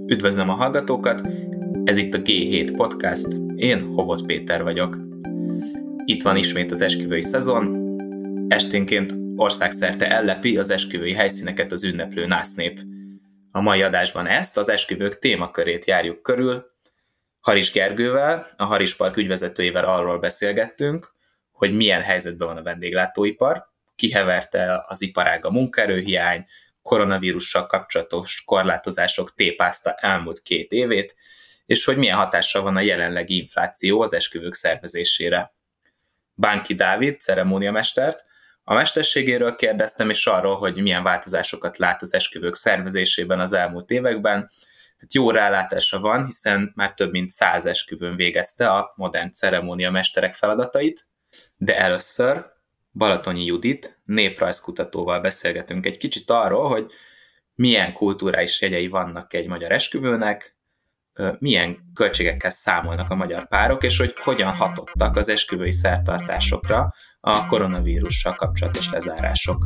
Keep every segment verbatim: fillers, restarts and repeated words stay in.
Üdvözlöm a hallgatókat, ez itt a gé hét Podcast, én Hobot Péter vagyok. Itt van ismét az esküvői szezon, esténként országszerte ellepi az esküvői helyszíneket az ünneplő násznép. A mai adásban ezt, az esküvők témakörét járjuk körül. Haris Gergővel, a Haris Park ügyvezetőjével arról beszélgettünk, hogy milyen helyzetben van a vendéglátóipar, kiheverte az iparág a munkaerőhiány, koronavírussal kapcsolatos korlátozások tépázta elmúlt két évét, és hogy milyen hatással van a jelenlegi infláció az esküvők szervezésére. Bánki Dávid, ceremóniamestert, a mesterségéről kérdeztem, és arról, hogy milyen változásokat lát az esküvők szervezésében az elmúlt években. Hát jó rálátása van, hiszen már több mint száz esküvőn végezte a modern ceremóniamesterek feladatait, de először Balatonyi Judit, néprajzkutatóval beszélgetünk egy kicsit arról, hogy milyen kulturális jegyei vannak egy magyar esküvőnek, milyen költségekkel számolnak a magyar párok, és hogy hogyan hatottak az esküvői szertartásokra a koronavírussal kapcsolatos lezárások.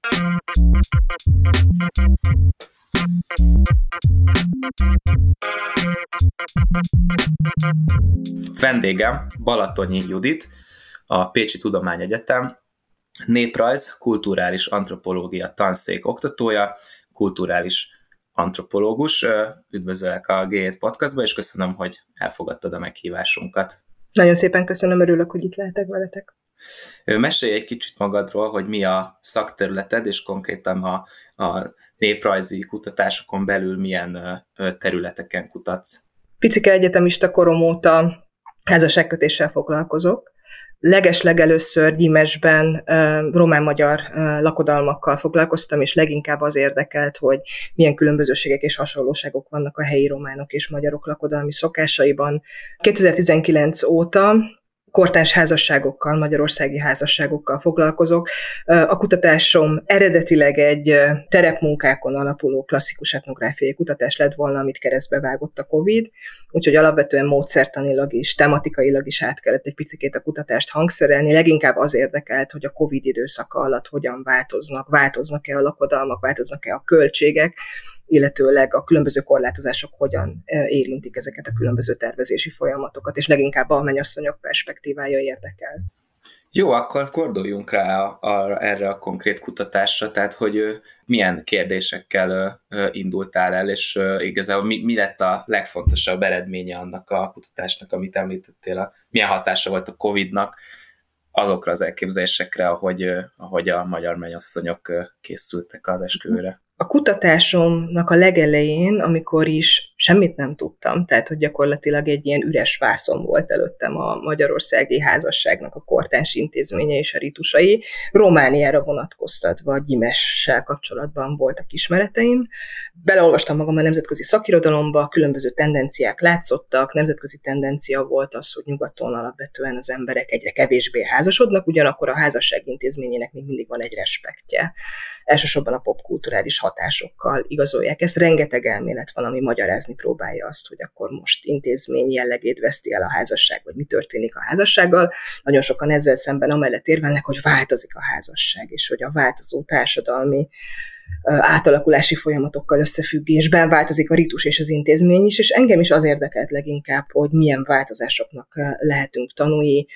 Vendégem Balatonyi Judit, a Pécsi Tudományegyetem néprajz, kulturális antropológia tanszék oktatója, kulturális antropológus. Üdvözöllek a gé hét Podcastba, és köszönöm, hogy elfogadtad a meghívásunkat. Nagyon szépen köszönöm, örülök, hogy itt lehetek veletek. Mesélj egy kicsit magadról, hogy mi a szakterületed, és konkrétan a, a néprajzi kutatásokon belül milyen területeken kutatsz. Picike egyetemista korom óta házasságkötéssel foglalkozok. Leges-legelőször Gyimesben román-magyar lakodalmakkal foglalkoztam, és leginkább az érdekelt, hogy milyen különbözőségek és hasonlóságok vannak a helyi románok és magyarok lakodalmi szokásaiban. kétezer-tizenkilenc óta kortárs házasságokkal, magyarországi házasságokkal foglalkozok. A kutatásom eredetileg egy terepmunkákon alapuló klasszikus etnográfiai kutatás lett volna, amit keresztbe vágott a Covid, úgyhogy alapvetően módszertanilag is, tematikailag is át kellett egy picikét a kutatást hangszerelni. Leginkább az érdekelt, hogy a Covid időszaka alatt hogyan változnak, változnak-e a lakodalmak, változnak-e a költségek, illetőleg a különböző korlátozások hogyan érintik ezeket a különböző tervezési folyamatokat, és leginkább a mennyasszonyok perspektívája érdekel. Jó, akkor gordoljunk rá a, a, erre a konkrét kutatásra, tehát hogy ö, milyen kérdésekkel ö, indultál el, és ö, igazából mi, mi lett a legfontosabb eredménye annak a kutatásnak, amit említettél, a, milyen hatása volt a Covidnak azokra az elképzelésekre, ahogy, ö, ahogy a magyar mennyasszonyok ö, készültek az esküvőre. A kutatásomnak a legelején, amikor is semmit nem tudtam, tehát hogy gyakorlatilag egy ilyen üres vászon volt előttem a magyarországi házasságnak a kortárs intézménye és a ritusai, Romániára vonatkoztatva Gyimessel kapcsolatban voltak ismereteim. Beleolvastam magam a nemzetközi szakirodalomba, különböző tendenciák látszottak, nemzetközi tendencia volt az, hogy nyugaton alapvetően az emberek egyre kevésbé házasodnak, ugyanakkor a házasság intézményének még mindig van egy respektje. Elsősorban a popkulturális hatásokkal igazolják ezt. Rengeteg elmélet van, ami magyarázni próbálja azt, hogy akkor most intézmény jellegét veszti el a házasság, vagy mi történik a házassággal. Nagyon sokan ezzel szemben amellett érvelnek, hogy változik a házasság, és hogy a változó társadalmi átalakulási folyamatokkal összefüggésben változik a ritus és az intézmény is, és engem is az érdekelt leginkább, hogy milyen változásoknak lehetünk tanulni,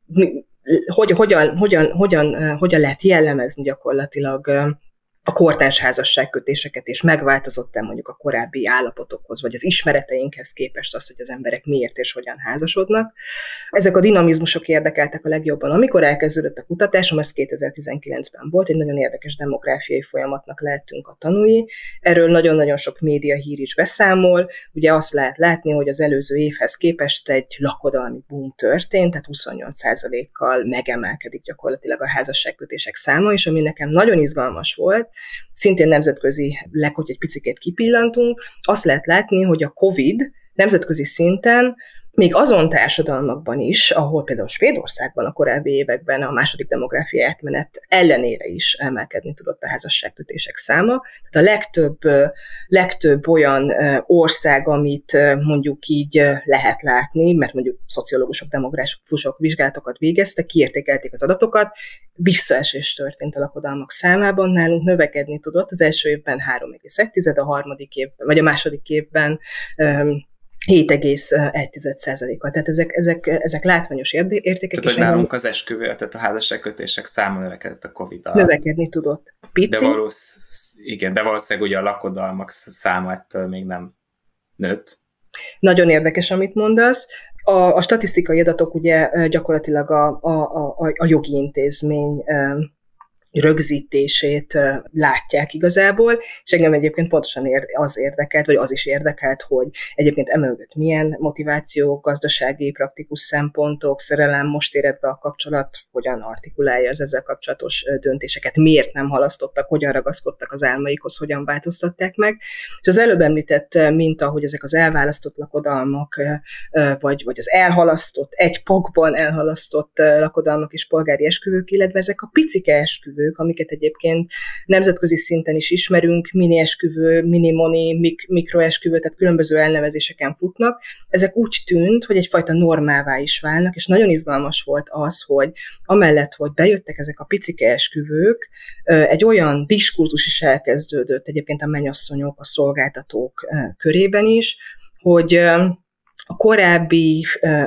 hogy, hogyan, hogyan, hogyan, hogyan lehet jellemezni gyakorlatilag a kortárs házasságkötéseket, és megváltozott-e mondjuk a korábbi állapotokhoz, vagy az ismereteinkhez képest az, hogy az emberek miért és hogyan házasodnak. Ezek a dinamizmusok érdekeltek a legjobban. Amikor elkezdődött a kutatásom, ez kétezer-tizenkilencben volt, egy nagyon érdekes demográfiai folyamatnak lehetünk a tanúi. Erről nagyon-nagyon sok média hír is beszámol. Ugye azt lehet látni, hogy az előző évhez képest egy lakodalmi boom történt, tehát huszonnyolc százalékkal megemelkedik gyakorlatilag a házasságkötések száma, és ami nekem nagyon izgalmas volt, szintén nemzetközileg, hogy egy picikét kipillantunk, azt lehet látni, hogy a Covid nemzetközi szinten még azon társadalmakban is, ahol például Svédországban a korábbi években a második demográfiai átmenet ellenére is emelkedni tudott a házasságkötések száma. Tehát a legtöbb, legtöbb olyan ország, amit mondjuk így lehet látni, mert mondjuk szociológusok, demográfusok vizsgálatokat végeztek, kiértékelték az adatokat, visszaesés történt a lakodalmak számában, nálunk növekedni tudott, az első évben három egész egy, a harmadik évben, vagy a második évben hét egész egy százalékkal. Tehát ezek, ezek, ezek látványos értékek. Tehát, hogy nálunk az esküvő, tehát a házasságkötések száma növekedett a Covid alatt. Növekedni tudott. Pici. De valósz, igen, de valószínűleg ugye a lakodalmak száma ettől még nem nőtt. Nagyon érdekes, amit mondasz. A, a statisztikai adatok ugye gyakorlatilag a, a, a, a jogi intézmény rögzítését látják igazából, és engem egyébként pontosan az érdekelt, vagy az is érdekelt, hogy egyébként emögött milyen motivációk, gazdasági, praktikus szempontok, szerelem, most érett be a kapcsolat, hogyan artikulálja az ezzel kapcsolatos döntéseket, miért nem halasztottak, hogyan ragaszkodtak az álmaikhoz, hogyan változtatták meg. És az előbb említett minta, hogy ezek az elválasztott lakodalmak, vagy, vagy az elhalasztott, egy pakban elhalasztott lakodalmak és polgári esküvők, illetve ezek a picike esküvők, amiket egyébként nemzetközi szinten is ismerünk, mini esküvő, mini-moni, mik- mikroesküvő, tehát különböző elnevezéseken futnak. Ezek úgy tűnt, hogy egyfajta normává is válnak, és nagyon izgalmas volt az, hogy amellett, hogy bejöttek ezek a picike esküvők, egy olyan diskurzus is elkezdődött egyébként a mennyasszonyok, a szolgáltatók körében is, hogy a korábbi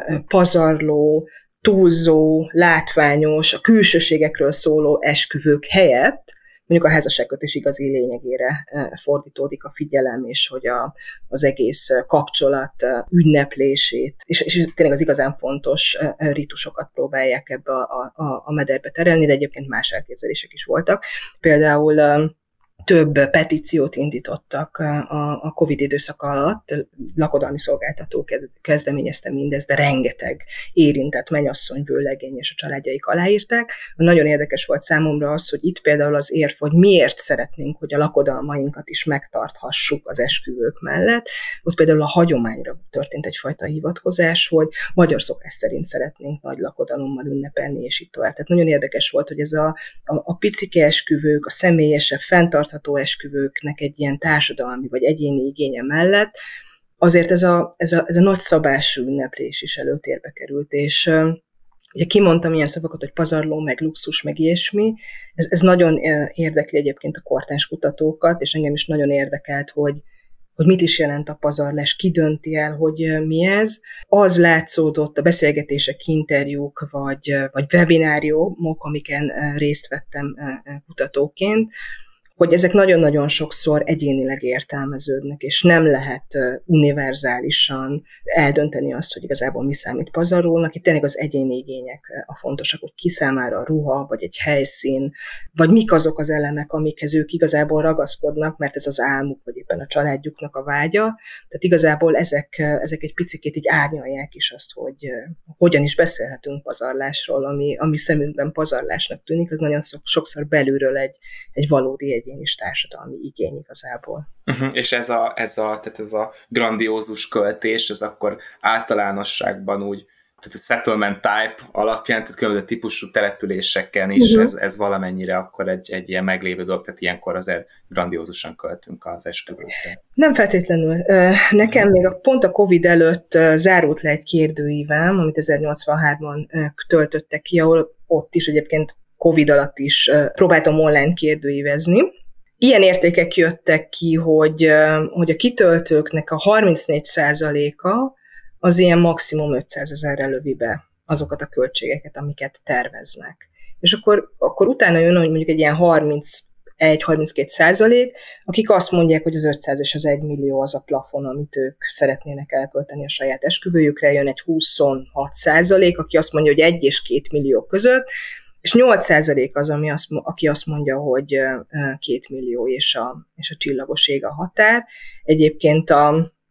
pazarló, túlzó, látványos, a külsőségekről szóló esküvők helyett mondjuk a házasságkötés igazi lényegére fordítódik a figyelem, és hogy a, az egész kapcsolat ünneplését, és, és tényleg az igazán fontos ritusokat próbálják ebbe a, a, a mederbe terelni, de egyébként más elképzelések is voltak. Például több petíciót indítottak a, a Covid időszak alatt, lakodalmi szolgáltató kezdeményezte mindezt, de rengeteg érintett mennyasszony, vőlegény és a családjaik aláírták. Nagyon érdekes volt számomra az, hogy itt például az érv, hogy miért szeretnénk, hogy a lakodalmainkat is megtarthassuk az esküvők mellett. Ott például a hagyományra történt egyfajta hivatkozás, hogy magyar szokás szerint szeretnénk nagy lakodalommal ünnepelni, és így tovább. Tehát nagyon érdekes volt, hogy ez a, a, a picike esküvők, a személyesebb, fenntartható esküvőknek egy ilyen társadalmi vagy egyéni igénye mellett, azért ez a, ez a, ez a nagyszabású ünneplés is előtérbe került, és uh, ugye kimondtam ilyen szavakat, hogy pazarló, meg luxus, meg ilyesmi, ez, ez nagyon érdekli egyébként a kortárs kutatókat, és engem is nagyon érdekelt, hogy hogy mit is jelent a pazarlás, ki dönti el, hogy mi ez. Az látszódott a beszélgetések, interjúk, vagy, vagy webináriumok, amiken részt vettem kutatóként, hogy ezek nagyon-nagyon sokszor egyénileg értelmeződnek, és nem lehet univerzálisan eldönteni azt, hogy igazából mi számít pazarolnak. Itt tényleg az egyéni igények a fontosak, hogy ki számára a ruha, vagy egy helyszín, vagy mik azok az elemek, amikhez ők igazából ragaszkodnak, mert ez az álmuk, vagy éppen a családjuknak a vágya. Tehát igazából ezek, ezek egy picikét így árnyalják is azt, hogy hogyan is beszélhetünk pazarlásról, ami, ami szemünkben pazarlásnak tűnik, az nagyon sokszor belülről egy, egy valódi egyén és társadalmi igény igazából. Uh-huh. És ez a, ez, a, tehát ez a grandiózus költés, ez akkor általánosságban úgy, tehát a settlement type alapján, tehát különböző típusú településeken is uh-huh. ez, ez valamennyire akkor egy, egy ilyen meglévő dolog, tehát ilyenkor azért grandiózusan költünk az esküvőkre. Nem feltétlenül. Nekem még a, pont a Covid előtt zárult le egy kérdőívem, amit ezernyolcvanháromban töltöttek ki, ahol ott is egyébként Covid alatt is próbáltam online kérdőívezni. Ilyen értékek jöttek ki, hogy, hogy a kitöltőknek a harmincnégy százaléka az ilyen maximum ötszázezerre lövi be azokat a költségeket, amiket terveznek. És akkor, akkor utána jön, hogy mondjuk egy ilyen harmincegy-harminckét százalék, akik azt mondják, hogy az ötszáz és az egy millió az a plafon, amit ők szeretnének elkölteni a saját esküvőjükre, jön egy huszonhat százalék, aki azt mondja, hogy egy és két millió között, és nyolc százalék az, ami azt, aki azt mondja, hogy két millió és a, és a csillagos ég a határ. Egyébként a,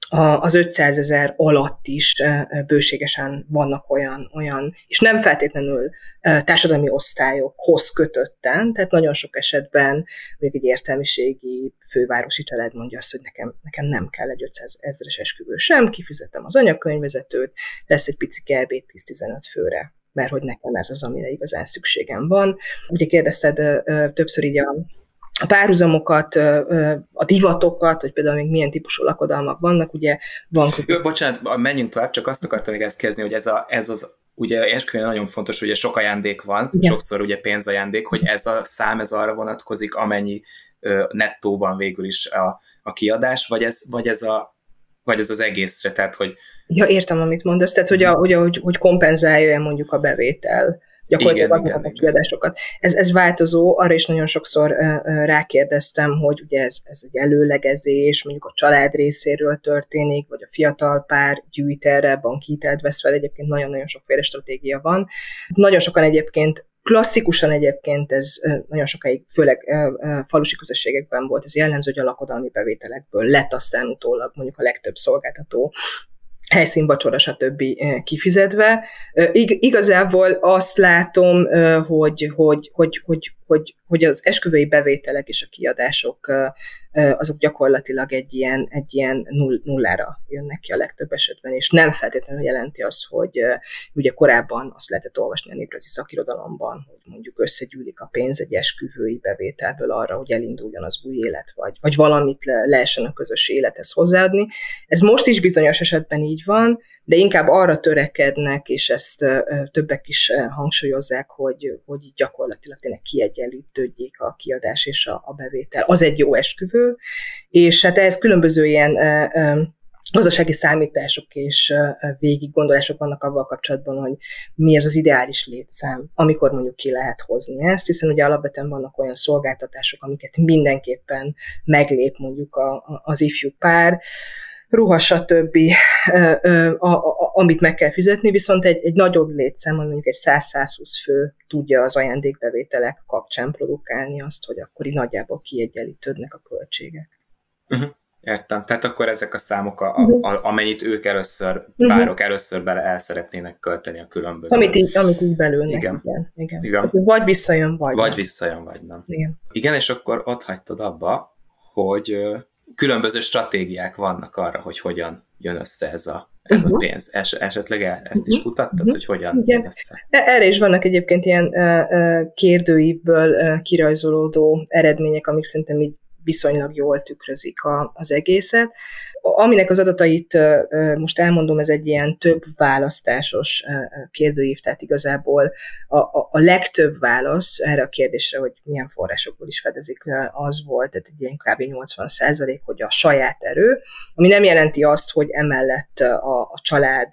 az ötszázezer alatt is bőségesen vannak olyan, olyan, és nem feltétlenül társadalmi osztályokhoz kötötten, tehát nagyon sok esetben mondjuk egy értelmiségi fővárosi család mondja azt, hogy nekem, nekem nem kell egy ötszázezres esküvő sem, kifizetem az anyakönyvvezetőt, lesz egy pici elbét tíz-tizenöt főre, mert hogy nekem ez az, amire igazán szükségem van. Ugye kérdezted többször így a a párhuzamokat, a divatokat, hogy például még milyen típusú lakodalmak vannak, ugye van között. Jó, bocsánat, menjünk tovább, csak azt akartam még ezt kezdeni, hogy ez, a, ez az, ugye esküvőn nagyon fontos, hogy sok ajándék van, igen. Sokszor ugye pénzajándék, hogy ez a szám, ez arra vonatkozik, amennyi ö, nettóban végül is a, a kiadás, vagy ez, vagy ez a vagy ez az egészre, tehát hogy... Ja, értem, amit mondasz, tehát hogy, a, hogy, hogy, hogy kompenzálja mondjuk a bevétel gyakorlatilag igen, a kiadásokat. Ez, ez változó, arra is nagyon sokszor uh, rákérdeztem, hogy ugye ez, ez egy előlegezés, mondjuk a család részéről történik, vagy a fiatal pár gyűjt erre, bankhitelt vesz fel, egyébként nagyon-nagyon sokféle stratégia van. Nagyon sokan egyébként klasszikusan egyébként ez nagyon sokáig, főleg falusi közösségekben volt, ez jellemző, hogy a lakodalmi bevételekből lett aztán utólag mondjuk a legtöbb szolgáltató helyszínvacsora, stb. Kifizetve. Ig- igazából azt látom, hogy, hogy, hogy, hogy, hogy, hogy az esküvői bevételek és a kiadások azok gyakorlatilag egy ilyen, egy ilyen null, nullára jönnek ki a legtöbb esetben, és nem feltétlenül jelenti azt, hogy ugye korábban azt lehetett olvasni a néprajzi szakirodalomban, hogy mondjuk összegyűlik a pénz egy esküvői bevételből arra, hogy elinduljon az új élet, vagy, vagy valamit le, lehessen a közös élethez hozzáadni. Ez most is bizonyos esetben így van, de inkább arra törekednek, és ezt többek is hangsúlyozzák, hogy, hogy így gyakorlatilag tényleg kiegyenlítődjék a kiadás és a, a bevétel. Az egy jó esküvő, és hát ehhez különböző ilyen gazdasági számítások és végig gondolások vannak avval kapcsolatban, hogy mi ez az ideális létszám, amikor mondjuk ki lehet hozni ezt, hiszen ugye alapvetően vannak olyan szolgáltatások, amiket mindenképpen meglép mondjuk a, a, az ifjú pár, ruha, stb., amit meg kell fizetni, viszont egy, egy nagyobb létszám, mondjuk egy száz-százhúsz fő tudja az ajándékbevételek kapcsán produkálni azt, hogy akkor így nagyjából kiegyenlítődnek a költségek. Uh-huh. Értem. Tehát akkor ezek a számok, a, a, amennyit ők először, párok uh-huh. először bele el szeretnének költeni a különböző. Amit így, amit így belőnek. Igen. Igen. Igen. Igen. Vagy visszajön, vagy Vagy nem. visszajön, vagy nem. Igen. Igen, és akkor ott hagytad abba, hogy különböző stratégiák vannak arra, hogy hogyan jön össze ez a, ez uh-huh. a pénz. Es, esetleg ezt is kutattad, uh-huh. hogy hogyan Igen. jön össze? Erre is vannak egyébként ilyen uh, kérdőívből uh, kirajzolódó eredmények, amik szerintem így viszonylag jól tükrözik a, az egészet. Aminek az adatait most elmondom, ez egy ilyen több választásos kérdőív, tehát igazából a, a, a legtöbb válasz erre a kérdésre, hogy milyen forrásokból is fedezik, az volt, tehát egy ilyen kb. nyolcvan százalék, hogy a saját erő, ami nem jelenti azt, hogy emellett a, a család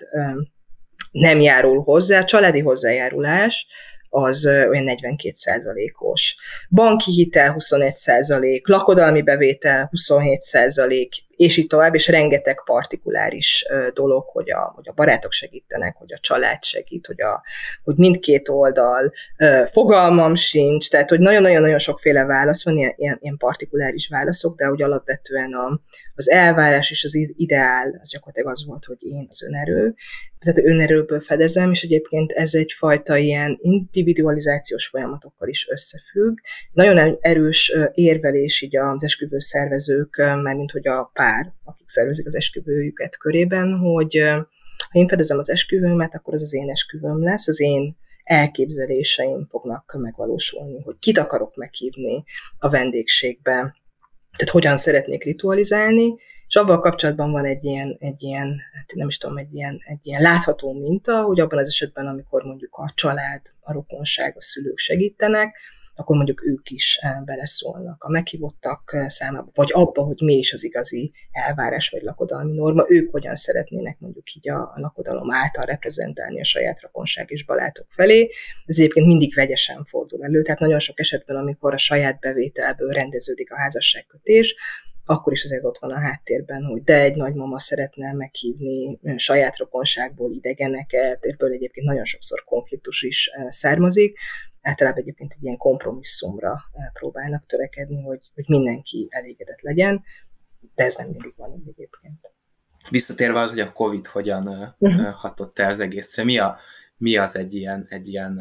nem járul hozzá, a családi hozzájárulás az olyan negyvenkét százalékos. Banki hitel huszonegy százalék, lakodalmi bevétel huszonhét százalék, és így tovább, és rengeteg partikuláris dolog, hogy a, hogy a barátok segítenek, hogy a család segít, hogy, a, hogy mindkét oldal, fogalmam sincs, tehát hogy nagyon-nagyon-nagyon sokféle válasz van, ilyen, ilyen partikuláris válaszok, de hogy alapvetően a, az elvárás és az ideál, az gyakorlatilag az volt, hogy én az önerő, tehát önerőből fedezem, és egyébként ez egyfajta ilyen individualizációs folyamatokkal is összefügg. Nagyon erős érvelés így az esküvő szervezők, mármint hogy a pár, akik szervezik az esküvőjüket körében, hogy ha én fedezem az esküvőmet, akkor az az én esküvőm lesz, az én elképzeléseim fognak megvalósulni, hogy kit akarok meghívni a vendégségbe, tehát hogyan szeretnék ritualizálni, és abban kapcsolatban van egy ilyen, egy ilyen, hát nem is tudom, egy ilyen, egy ilyen látható minta, hogy abban az esetben, amikor mondjuk a család, a rokonság, a szülők segítenek, akkor mondjuk ők is beleszólnak a meghívottak számába, vagy abba, hogy mi is az igazi elvárás vagy lakodalmi norma, ők hogyan szeretnének mondjuk így a lakodalom által reprezentálni a saját rokonság és barátok felé. Ez egyébként mindig vegyesen fordul elő, tehát nagyon sok esetben, amikor a saját bevételből rendeződik a házasságkötés, akkor is azért ott van a háttérben, hogy de egy nagymama szeretne meghívni saját rokonságból idegeneket, ebből egyébként nagyon sokszor konfliktus is származik. Általában egyébként egy ilyen kompromisszumra próbálnak törekedni, hogy, hogy mindenki elégedett legyen, de ez nem mindig van így egyébként. Visszatérve az, hogy a Covid hogyan uh-huh. hatott el az egészre, mi, a, mi az egy ilyen, egy ilyen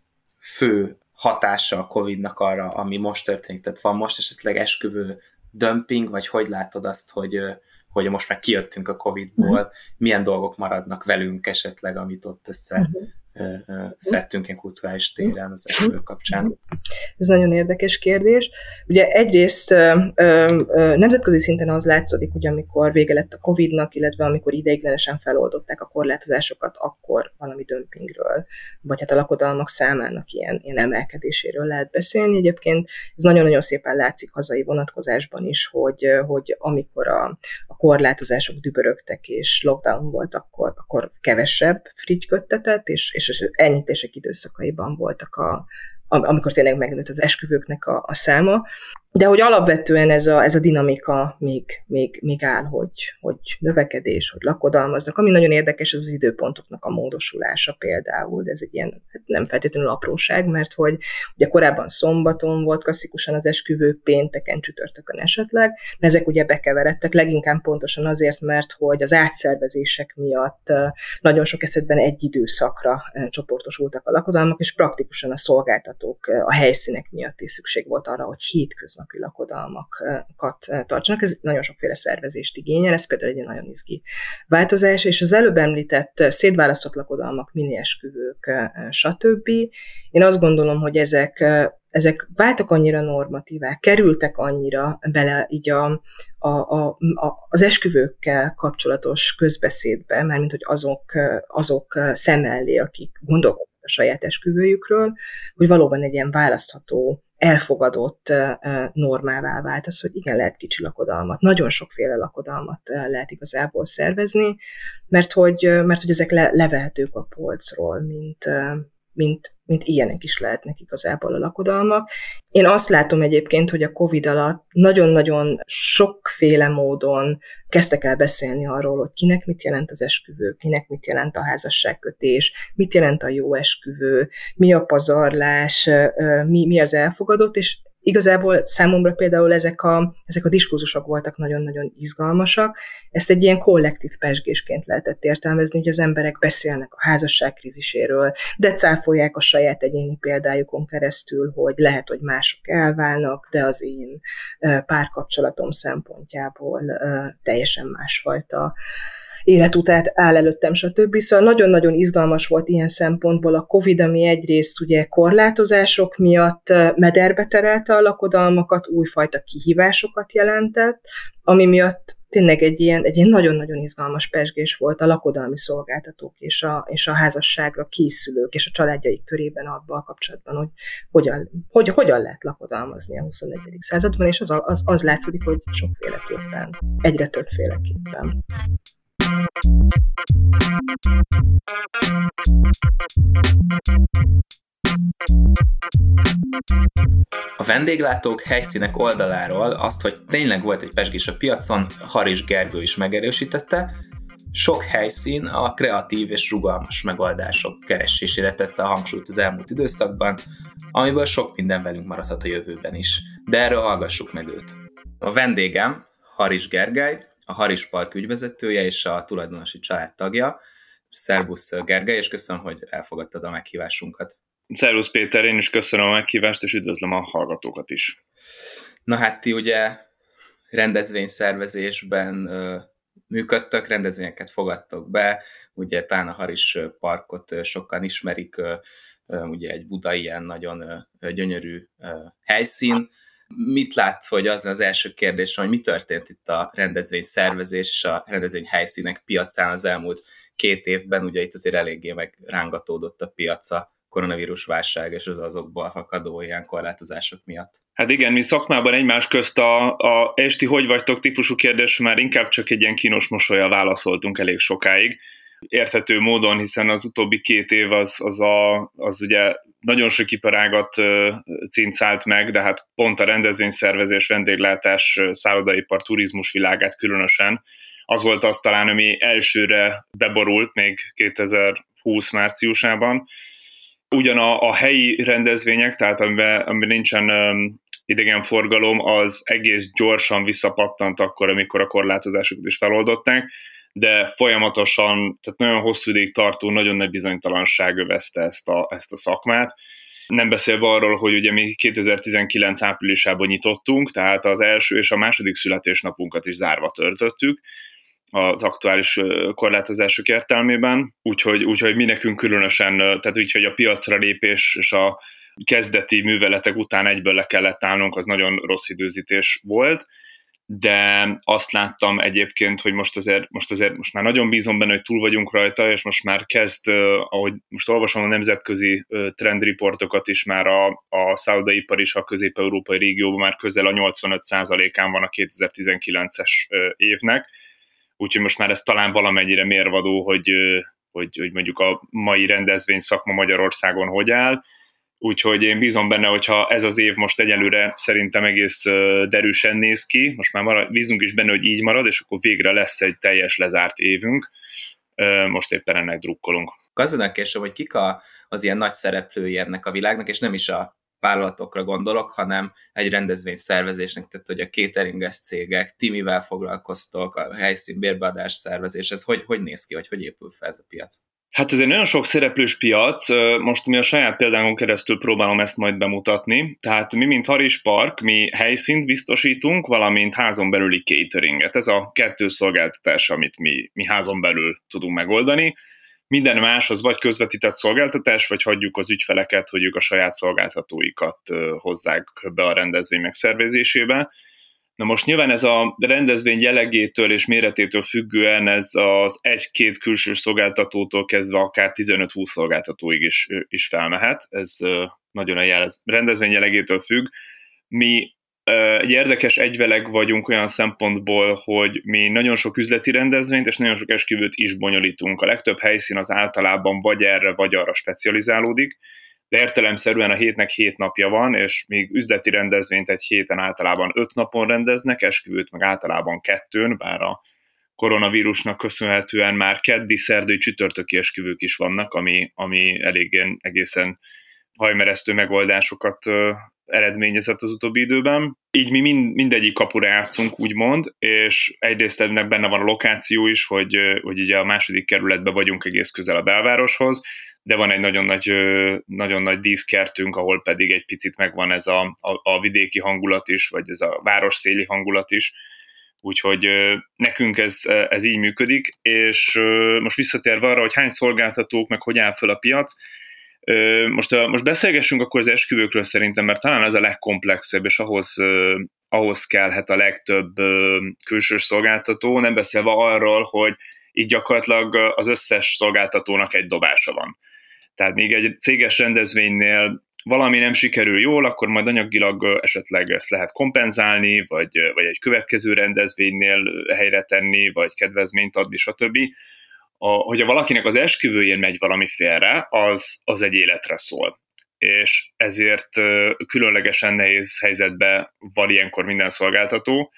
fő hatása a Covidnak arra, ami most történik? Tehát van most esetleg esküvő dömping, vagy hogy látod azt, hogy, hogy most már kijöttünk a Covidból, uh-huh. milyen dolgok maradnak velünk esetleg, amit ott össze uh-huh. szedtünk ilyen kulturális téren az esküvő kapcsán? Ez nagyon érdekes kérdés. Ugye egyrészt ö, ö, nemzetközi szinten az látszódik, hogy amikor vége lett a Covidnak, illetve amikor ideiglenesen feloldották a korlátozásokat, akkor valami dömpingről, vagy hát a lakodalmak számának ilyen, ilyen emelkedéséről lehet beszélni. Egyébként ez nagyon-nagyon szépen látszik hazai vonatkozásban is, hogy, hogy amikor a, a korlátozások dübörögtek és lockdown volt, akkor, akkor kevesebb frigyködtetett, és, és és enyhítések időszakaiban voltak, a, amikor tényleg megnőtt az esküvőknek a, a száma. De hogy alapvetően ez a, ez a dinamika még, még, még áll, hogy, hogy növekedés, hogy lakodalmaznak. Ami nagyon érdekes, az az időpontoknak a módosulása például, de ez egy ilyen hát nem feltétlenül apróság, mert hogy ugye korábban szombaton volt klasszikusan az esküvő, pénteken, csütörtökön esetleg, de ezek ugye bekeveredtek, leginkább pontosan azért, mert hogy az átszervezések miatt nagyon sok esetben egy időszakra csoportosultak a lakodalmak, és praktikusan a szolgáltatók a helyszínek miatt is szükség volt arra, hogy hétköznapi lakodalmakat tartsanak. Ez nagyon sokféle szervezést igényel, ez például egy nagyon izgi változás, és az előbb említett szétválasztott lakodalmak, miniesküvők, stb. Én azt gondolom, hogy ezek, ezek váltak annyira normatívák, kerültek annyira bele így a, a, a, a, az esküvőkkel kapcsolatos közbeszédbe, mármint hogy azok, azok szemellé, akik gondolkodnak a saját esküvőjükről, hogy valóban egy ilyen választható, elfogadott normává vált az, hogy igen, lehet kicsi lakodalmat, nagyon sokféle lakodalmat lehet igazából szervezni, mert hogy, mert hogy ezek le, levehetők a polcról, mint, mint, mint ilyenek is lehetnek igazából a lakodalmak. Én azt látom egyébként, hogy a Covid alatt nagyon-nagyon sokféle módon kezdtek el beszélni arról, hogy kinek mit jelent az esküvő, kinek mit jelent a házasságkötés, mit jelent a jó esküvő, mi a pazarlás, mi, mi az elfogadott, és igazából számomra például ezek a, ezek a diskurzusok voltak nagyon-nagyon izgalmasak. Ezt egy ilyen kollektív pezsgésként lehetett értelmezni, hogy az emberek beszélnek a házasság kríziséről, de cáfolják a saját egyéni példájukon keresztül, hogy lehet, hogy mások elválnak, de az én párkapcsolatom szempontjából teljesen másfajta életutát áll előttem, stb. Szóval nagyon-nagyon izgalmas volt ilyen szempontból a Covid, ami egyrészt ugye korlátozások miatt mederbe terelte a lakodalmakat, újfajta kihívásokat jelentett, ami miatt tényleg egy ilyen, egy ilyen nagyon-nagyon izgalmas pezsgés volt a lakodalmi szolgáltatók és a, és a házasságra készülők és a családjaik körében abban a kapcsolatban, hogy hogyan, hogy, hogyan lehet lakodalmazni a huszonegyedik században, és az, az, az látszódik, hogy sokféleképpen, egyre többféleképpen. A vendéglátók helyszínek oldaláról azt, hogy tényleg volt egy pezsgés a piacon, Haris Gergő is megerősítette. Sok helyszín a kreatív és rugalmas megoldások keresésére tette a hangsúlyt az elmúlt időszakban, amiből sok minden velünk maradhat a jövőben is. De erről hallgassuk meg őt. A vendégem Haris Gergely, a Haris Park ügyvezetője és a tulajdonosi család tagja. Szervusz Gergely, és köszönöm, hogy elfogadtad a meghívásunkat. Szervusz Péter, én is köszönöm a meghívást, és üdvözlöm a hallgatókat is. Na hát ti ugye rendezvényszervezésben ö, működtök, rendezvényeket fogadtok be, ugye talán a Haris Parkot sokan ismerik, ö, ö, ugye egy budai ilyen nagyon ö, gyönyörű ö, helyszín. Mit látsz, hogy az az első kérdés, hogy mi történt itt a rendezvényszervezés és a rendezvény helyszínek piacán az elmúlt két évben? Ugye itt azért eléggé megrángatódott a piac a koronavírus válság és az azokból fakadó ilyen korlátozások miatt. Hát igen, mi szakmában egymás közt a, a esti hogy vagytok típusú kérdés már inkább csak egy ilyen kínos mosollyal válaszoltunk elég sokáig. Érthető módon, hiszen az utóbbi két év az, az, a, az ugye nagyon sok iparágat cincált meg, de hát pont a rendezvényszervezés, vendéglátás, szállodaipar, turizmus világát különösen. Az volt az talán, ami elsőre beborult még kétezer-húsz márciusában. Ugyan a, a helyi rendezvények, tehát amiben, amiben nincsen um, idegenforgalom, az egész gyorsan visszapattant akkor, amikor a korlátozásokat is feloldották, de folyamatosan, tehát nagyon hosszú ideig tartó, nagyon nagy bizonytalanság övezte ezt a, ezt a szakmát. Nem beszélve arról, hogy ugye mi kétezer-tizenkilenc áprilisában nyitottunk, tehát az első és a második születésnapunkat is zárva töltöttük az aktuális korlátozások értelmében, úgyhogy, úgyhogy mi nekünk különösen, tehát úgyhogy a piacra lépés és a kezdeti műveletek után egyből le kellett állnunk, az nagyon rossz időzítés volt, de azt láttam egyébként, hogy most azért, most azért most már nagyon bízom benne, hogy túl vagyunk rajta, és most már kezd, ahogy most olvasom a nemzetközi trendriportokat is, már a, a szállodaipar is a közép-európai régióban már közel a nyolcvanöt százalékán van a kétezer-tizenkilences évnek, úgyhogy most már ez talán valamennyire mérvadó, hogy, hogy, hogy mondjuk a mai rendezvény szakma Magyarországon hogy áll, úgyhogy én bízom benne, hogyha ez az év most egyelőre szerintem egész derűsen néz ki, most már marad, bízunk is benne, hogy így marad, és akkor végre lesz egy teljes lezárt évünk, most éppen ennek drukkolunk. Gazdanak később, hogy kik a, az ilyen nagy szereplői ennek a világnak, és nem is a vállalatokra gondolok, hanem egy rendezvény szervezésnek, tehát hogy a cateringes cégek, ti mivel foglalkoztok, a helyszín bérbeadás szervezés, ez hogy, hogy néz ki, vagy hogy épül fel ez a piac? Hát ez egy nagyon sok szereplős piac, most mi a saját példánkon keresztül próbálom ezt majd bemutatni, tehát mi, mint Haris Park, mi helyszínt biztosítunk, valamint házon belüli cateringet. Ez a kettő szolgáltatás, amit mi, mi házon belül tudunk megoldani. Minden más az vagy közvetített szolgáltatás, vagy hagyjuk az ügyfeleket, hogy ők a saját szolgáltatóikat hozzák be a rendezvény megszervezésébe. Na most nyilván ez a rendezvény jellegétől és méretétől függően ez az egy-két külső szolgáltatótól kezdve akár tizenöt-húsz szolgáltatóig is, is felmehet. Ez nagyon a jel, rendezvény jellegétől függ. Mi egy érdekes egyveleg vagyunk olyan szempontból, hogy mi nagyon sok üzleti rendezvényt és nagyon sok esküvőt is bonyolítunk. A legtöbb helyszín az általában vagy erre, vagy arra specializálódik, de értelemszerűen a hétnek hét napja van, és még üzleti rendezvényt egy héten általában öt napon rendeznek, esküvőt meg általában kettőn, bár a koronavírusnak köszönhetően már keddi, szerdai, csütörtöki esküvők is vannak, ami, ami eléggé egészen hajmeresztő megoldásokat eredményezett az utóbbi időben. Így mi mind, mindegyik kapura játszunk, úgymond, és egyrészt ennek benne van a lokáció is, hogy, hogy ugye a második kerületben vagyunk egész közel a belvároshoz, de van egy nagyon nagy, nagyon nagy díszkertünk, ahol pedig egy picit megvan ez a, a, a vidéki hangulat is, vagy ez a városszéli hangulat is, úgyhogy nekünk ez, ez így működik, és most visszatérve arra, hogy hány szolgáltatók, meg hogy áll fel a piac, most, most beszélgessünk akkor az esküvőkről szerintem, mert talán ez a legkomplexebb, és ahhoz, ahhoz kellhet a legtöbb külsős szolgáltató, nem beszélve arról, hogy így gyakorlatilag az összes szolgáltatónak egy dobása van. Tehát még egy céges rendezvénynél valami nem sikerül jól, akkor majd anyagilag esetleg ezt lehet kompenzálni, vagy, vagy egy következő rendezvénynél helyre tenni, vagy kedvezményt adni, stb. A, hogyha valakinek az esküvőjén megy valami félre, az, az egy életre szól. És ezért különlegesen nehéz helyzetbe van ilyenkor minden szolgáltató,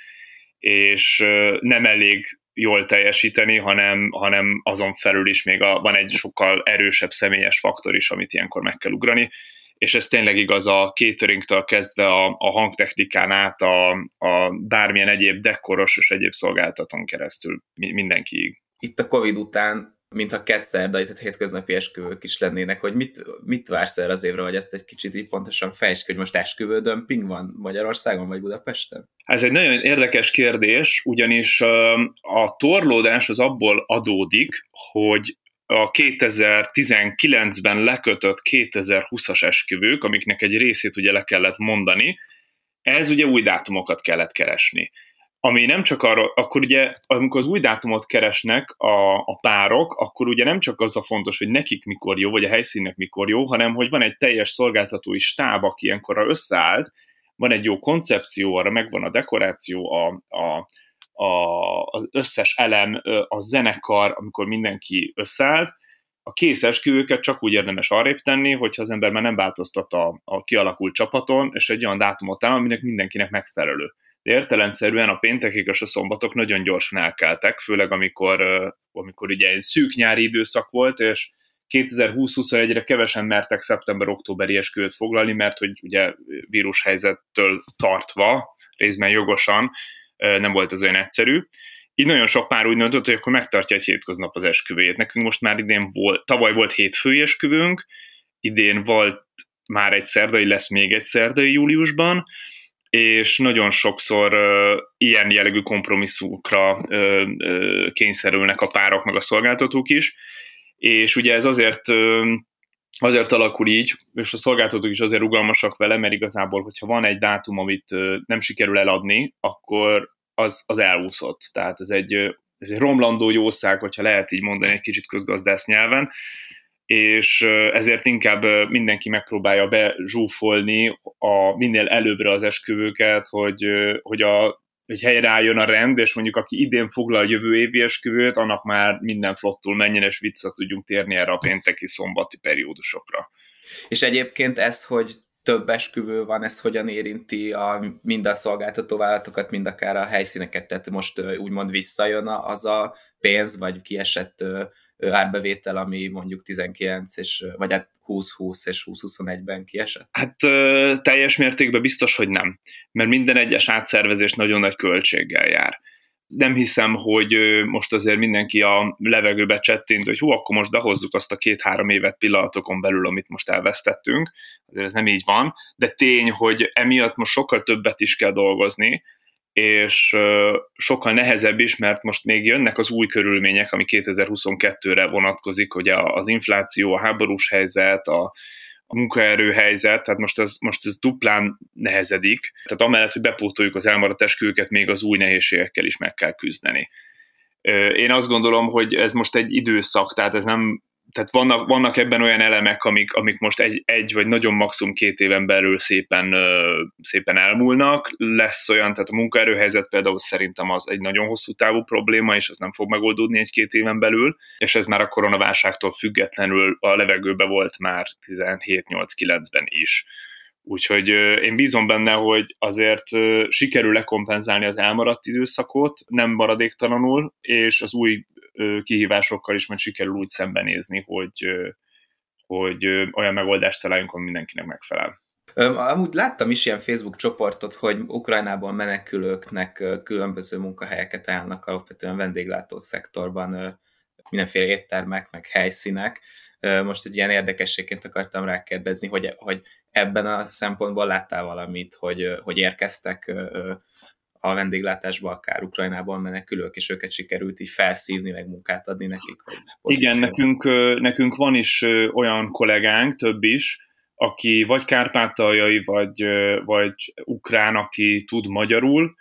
és nem elég jól teljesíteni, hanem, hanem azon felül is még a, van egy sokkal erősebb személyes faktor is, amit ilyenkor meg kell ugrani, és ez tényleg igaz a cateringtől kezdve a, a hangtechnikán át, a, a bármilyen egyéb dekoros és egyéb szolgáltatón keresztül mindenkiig. Itt a Covid után, mintha kettszerdai, tehát hétköznapi esküvők is lennének, hogy mit, mit vársz el az évre, vagy ezt egy kicsit így pontosan fejtsd, hogy most esküvődömping van Magyarországon, vagy Budapesten? Ez egy nagyon érdekes kérdés, ugyanis a torlódás az abból adódik, hogy a kétezer-tizenkilencben lekötött kétezer-húszas esküvők, amiknek egy részét ugye le kellett mondani, ez ugye új dátumokat kellett keresni. Ami nem csak arra, akkor ugye, amikor az új dátumot keresnek a, a párok, akkor ugye nem csak az a fontos, hogy nekik mikor jó, vagy a helyszínnek mikor jó, hanem hogy van egy teljes szolgáltatói stáb, aki ilyenkorra összeállt, van egy jó koncepció, arra megvan a dekoráció, a, a, a, az összes elem, a zenekar, amikor mindenki összeállt. A kész esküvőket csak úgy érdemes arrébb tenni, hogyha az ember már nem változtat a, a kialakult csapaton, és egy olyan dátumot áll, aminek mindenkinek megfelelő. De értelemszerűen a péntekek és a szombatok nagyon gyorsan elkeltek, főleg amikor, amikor ugye egy szűk nyári időszak volt, és kétezer-húsz-huszonegyre kevesen mertek szeptember-októberi esküvőt foglalni, mert hogy ugye vírushelyzettől tartva, részben jogosan nem volt ez olyan egyszerű. így nagyon sok pár úgy döntött, hogy akkor megtartja egy hétköznap az esküvőjét. Nekünk most már idén volt, tavaly volt hétfői esküvőnk, idén volt már egy szerdai, lesz még egy szerdai júliusban, és nagyon sokszor uh, ilyen jellegű kompromisszumokra uh, uh, kényszerülnek a párok, meg a szolgáltatók is, és ugye ez azért, uh, azért alakul így, és a szolgáltatók is azért rugalmasak vele, mert igazából, hogyha van egy dátum, amit uh, nem sikerül eladni, akkor az, az elúszott. Tehát ez egy, ez egy romlandó jószág, hogyha lehet így mondani egy kicsit közgazdász nyelven, és ezért inkább mindenki megpróbálja bezsúfolni a, minél előbbre az esküvőket, hogy, hogy, a, hogy helyreálljon a rend, és mondjuk aki idén foglal jövő évi esküvőt, annak már minden flottul menjen, és vissza tudjunk térni erre a pénteki, szombati periódusokra. És egyébként ez, hogy több esküvő van, ez hogyan érinti a, mind a szolgáltatóvállalatokat, mind akár a helyszíneket, tehát most úgymond visszajön az a pénz, vagy kiesett árbevétel, ami mondjuk tizenkilenc, és, vagy hát húsz húsz és húsz huszonegyben kiesett? Hát teljes mértékben biztos, hogy nem, mert minden egyes átszervezés nagyon nagy költséggel jár. Nem hiszem, hogy most azért mindenki a levegőbe csettint, hogy hú, akkor most behozzuk azt a két-három évet pillanatokon belül, amit most elvesztettünk. Azért ez nem így van, de tény, hogy emiatt most sokkal többet is kell dolgozni, és sokkal nehezebb is, mert most még jönnek az új körülmények, ami kétezer-huszonkettőre vonatkozik, ugye az infláció, a háborús helyzet, a, a munkaerőhelyzet, tehát most ez, most ez duplán nehezedik. Tehát amellett, hogy bepótoljuk az elmaradt esküvőket, még az új nehézségekkel is meg kell küzdeni. Én azt gondolom, hogy ez most egy időszak, tehát ez nem, tehát vannak, vannak ebben olyan elemek, amik, amik most egy, egy vagy nagyon maximum két éven belül szépen, szépen elmúlnak. Lesz olyan, tehát a munkaerőhelyzet például szerintem az egy nagyon hosszú távú probléma, és az nem fog megoldódni egy-két éven belül, és ez már a koronaválságtól függetlenül a levegőbe volt már tizenhét nyolc kilencben is. Úgyhogy én bízom benne, hogy azért sikerül lekompenzálni az elmaradt időszakot, nem maradéktalanul, és az új kihívásokkal is majd sikerül úgy szembenézni, hogy, hogy olyan megoldást találjunk, ami mindenkinek megfelel. Amúgy láttam is ilyen Facebook csoportot, hogy Ukrajnából menekülőknek különböző munkahelyeket ajánlnak, alapvetően vendéglátó szektorban, mindenféle éttermek, meg helyszínek. Most egy ilyen érdekességként akartam rákérdezni, hogy, hogy ebben a szempontból láttál valamit, hogy, hogy érkeztek a vendéglátásba akár Ukrajnából menekülők, és őket sikerült így felszívni, meg munkát adni nekik? Igen, nekünk, nekünk van is olyan kollégánk, több is, aki vagy kárpátaljai, vagy, vagy ukrán, aki tud magyarul,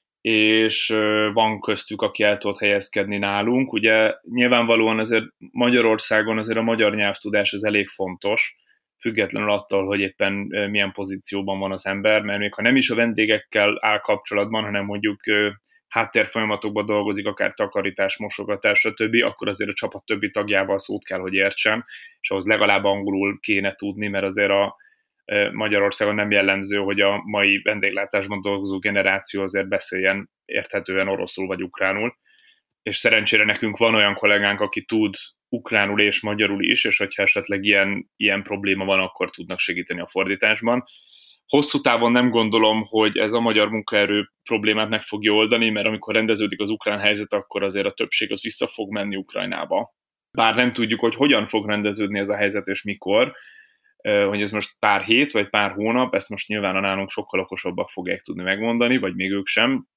és van köztük, aki el tudott helyezkedni nálunk. Ugye nyilvánvalóan azért Magyarországon azért a magyar nyelvtudás az elég fontos, függetlenül attól, hogy éppen milyen pozícióban van az ember, mert még ha nem is a vendégekkel áll kapcsolatban, hanem mondjuk háttérfolyamatokban dolgozik, akár takarítás, mosogatás, stb., akkor azért a csapat többi tagjával szót kell, hogy értsen, és ahhoz legalább angolul kéne tudni, mert azért a Magyarországon nem jellemző, hogy a mai vendéglátásban dolgozó generáció azért beszéljen érthetően oroszul vagy ukránul, és szerencsére nekünk van olyan kollégánk, aki tud ukránul és magyarul is, és hogyha esetleg ilyen, ilyen probléma van, akkor tudnak segíteni a fordításban. Hosszú távon nem gondolom, hogy ez a magyar munkaerő problémát meg fogja oldani, mert amikor rendeződik az ukrán helyzet, akkor azért a többség az vissza fog menni Ukrajnába. Bár nem tudjuk, hogy hogyan fog rendeződni ez a helyzet és mikor, hogy ez most pár hét vagy pár hónap, ezt most nyilván a nálunk sokkal okosabbak fogják tudni megmondani, vagy még ők sem,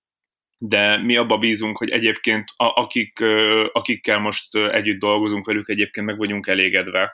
de mi abba bízunk, hogy egyébként akik, akikkel most együtt dolgozunk velük, egyébként meg vagyunk elégedve,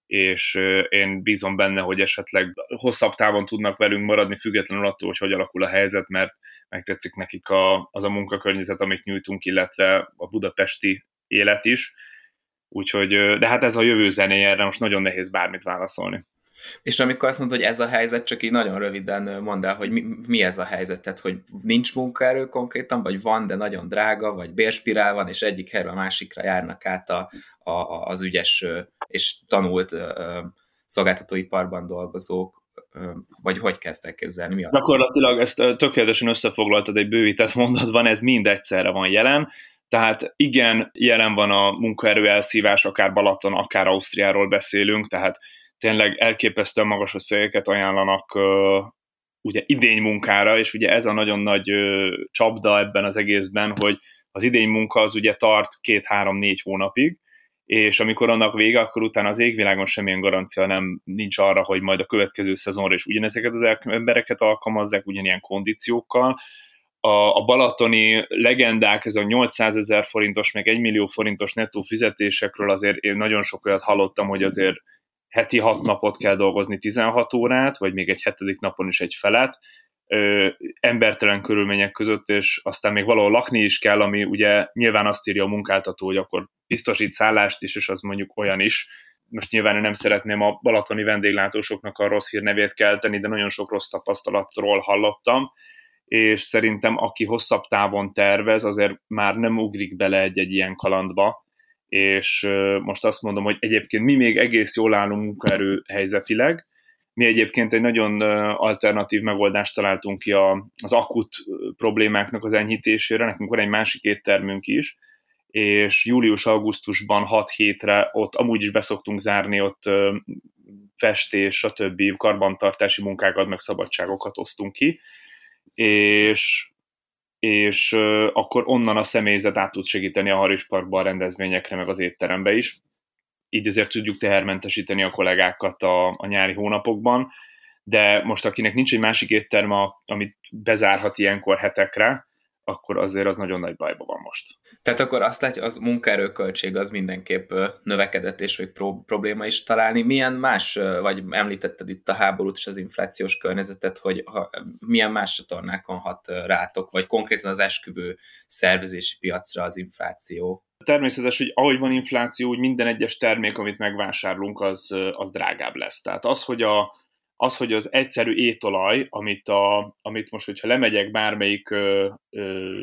és én bízom benne, hogy esetleg hosszabb távon tudnak velünk maradni, függetlenül attól, hogy hogy alakul a helyzet, mert megtetszik nekik a, az a munkakörnyezet, amit nyújtunk, illetve a budapesti élet is. Úgyhogy, de hát ez a jövő zenéje, erre most nagyon nehéz bármit válaszolni. És amikor azt mondod, hogy ez a helyzet, csak így nagyon röviden mondd el, hogy mi, mi ez a helyzet, tehát hogy nincs munkaerő konkrétan, vagy van, de nagyon drága, vagy bérspirál van, és egyik helyről a másikra járnak át a, a, az ügyes és tanult szolgáltatóiparban dolgozók, vagy hogy kezdtek képzelni? Mi a... Gyakorlatilag ezt tökéletesen összefoglaltad egy bővített mondatban, ez mind egyszerre van jelen. Tehát igen, jelen van a munkaerő elszívás, akár Balaton, akár Ausztriáról beszélünk, tehát tényleg elképesztően magas összegeket ajánlanak uh, ugye idény munkára, és ugye ez a nagyon nagy uh, csapda ebben az egészben, hogy Az idény munka az ugye tart két-három-négy hónapig, és amikor annak vége, akkor utána az égvilágon semmilyen garancia nem nincs arra, hogy majd a következő szezonra is ugyanezeket az embereket alkalmazzák, ugyanilyen kondíciókkal. A, a balatoni legendák, ez a nyolcszázezer forintos, meg egy millió forintos nettó fizetésekről azért én nagyon sok olyat hallottam, hogy azért heti hat napot kell dolgozni tizenhat órát, vagy még egy hetedik napon is egy felet, ö, embertelen körülmények között, és aztán még valahol lakni is kell, ami ugye nyilván azt írja a munkáltató, hogy akkor biztosít szállást is, és az mondjuk olyan is. Most nyilván nem szeretném a balatoni vendéglátósoknak a rossz hírnevét kelteni, de nagyon sok rossz tapasztalatról hallottam, és szerintem aki hosszabb távon tervez, azért már nem ugrik bele egy-egy ilyen kalandba, és most azt mondom, hogy egyébként mi még egész jól állunk munkaerő helyzetileg. Mi egyébként egy nagyon alternatív megoldást találtunk ki az akut problémáknak az enyhítésére, nekünk van egy másik éttermünk is, és július-augusztusban hat hétre ott amúgy is beszoktunk zárni, ott festés, stb. Karbantartási munkákat, meg szabadságokat osztunk ki, és és uh, akkor onnan a személyzet át tud segíteni a Harisparkban, a rendezvényekre, meg az étterembe is. Így azért tudjuk tehermentesíteni a kollégákat a, a nyári hónapokban, de most akinek nincs egy másik étterme, amit bezárhat ilyenkor hetekre, akkor azért az nagyon nagy bajban van most. Tehát akkor azt látja, az munkaerőköltség az mindenképp növekedett, és még pro- probléma is találni. Milyen más, vagy említetted itt a háborút és az inflációs környezetet, hogy ha, milyen más csatornákon hat rátok, vagy konkrétan az esküvő szervezési piacra az infláció? Természetes, hogy ahogy van infláció, úgy minden egyes termék, amit megvásárlunk, az, az drágább lesz. Tehát az, hogy a Az, hogy az egyszerű étolaj, amit, a, amit most, hogyha lemegyek bármelyik ö, ö,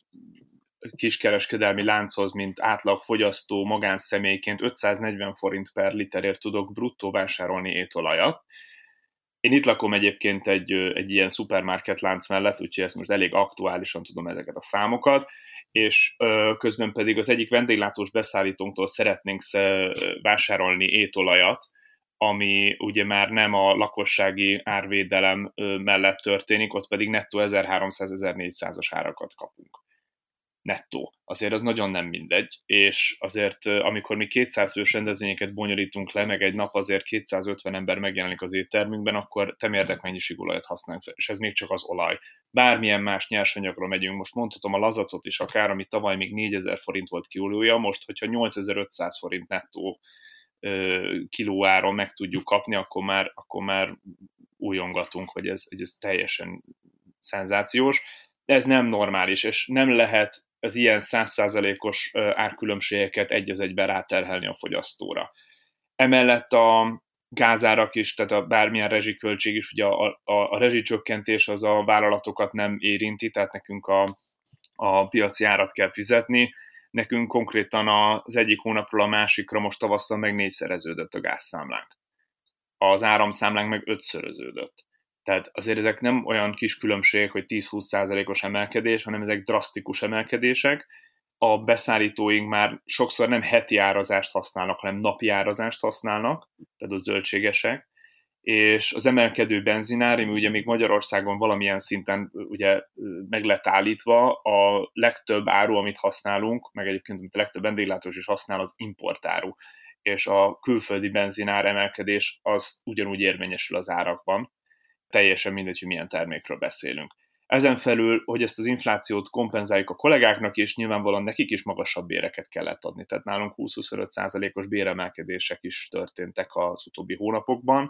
kiskereskedelmi lánchoz, mint átlag fogyasztó magánszemélyként ötszáznegyven forint per literért tudok bruttó vásárolni étolajat. Én itt lakom egyébként egy, egy ilyen szupermarket lánc mellett, úgyhogy ezt most elég aktuálisan tudom ezeket a számokat, és ö, közben pedig az egyik vendéglátós beszállítónktól szeretnénk vásárolni étolajat, ami ugye már nem a lakossági árvédelem mellett történik, ott pedig nettó ezerháromszáz-ezernégyszázas árakat kapunk. Nettó. Azért az nagyon nem mindegy, és azért amikor mi kétszáz fős rendezvényeket bonyolítunk le, meg egy nap azért kétszázötven ember megjelenik az éttermünkben, akkor temérdek mennyiségű olajat használunk fel, és ez még csak az olaj. Bármilyen más nyersanyagról megyünk, most mondhatom a lazacot is akár, ami tavaly még négyezer forint volt kilója, most hogyha nyolcezer-ötszáz forint nettó kilóáron meg tudjuk kapni, akkor már, akkor már újongatunk, hogy ez, hogy ez teljesen szenzációs. De ez nem normális, és nem lehet az ilyen száz százalékos árkülönbségeket egy az egyben ráterhelni a fogyasztóra. Emellett a gázárak is, tehát a bármilyen rezsiköltség is, ugye a, a, a rezsicsökkentés az a vállalatokat nem érinti, tehát nekünk a, a piaci árat kell fizetni. Nekünk konkrétan az egyik hónapról a másikra most tavasszal meg négyszereződött a gázszámlánk. Az áramszámlánk meg ötszöröződött. Tehát azért ezek nem olyan kis különbségek, hogy tíz-húsz százalékos emelkedés, hanem ezek drasztikus emelkedések. A beszállítóink már sokszor nem heti árazást használnak, hanem napi árazást használnak, tehát a zöldségesek, és az emelkedő benzinár, ami ugye még Magyarországon valamilyen szinten ugye meg lett állítva, a legtöbb áru, amit használunk, meg egyébként amit a legtöbb vendéglátós is használ, az importáru, és a külföldi benzinár emelkedés az ugyanúgy érvényesül az árakban, teljesen mindegy, hogy milyen termékről beszélünk. Ezen felül, hogy ezt az inflációt kompenzáljuk a kollégáknak, és nyilvánvalóan nekik is magasabb béreket kellett adni. Tehát nálunk húsz-huszonöt százalékos béremelkedések is történtek az utóbbi hónapokban,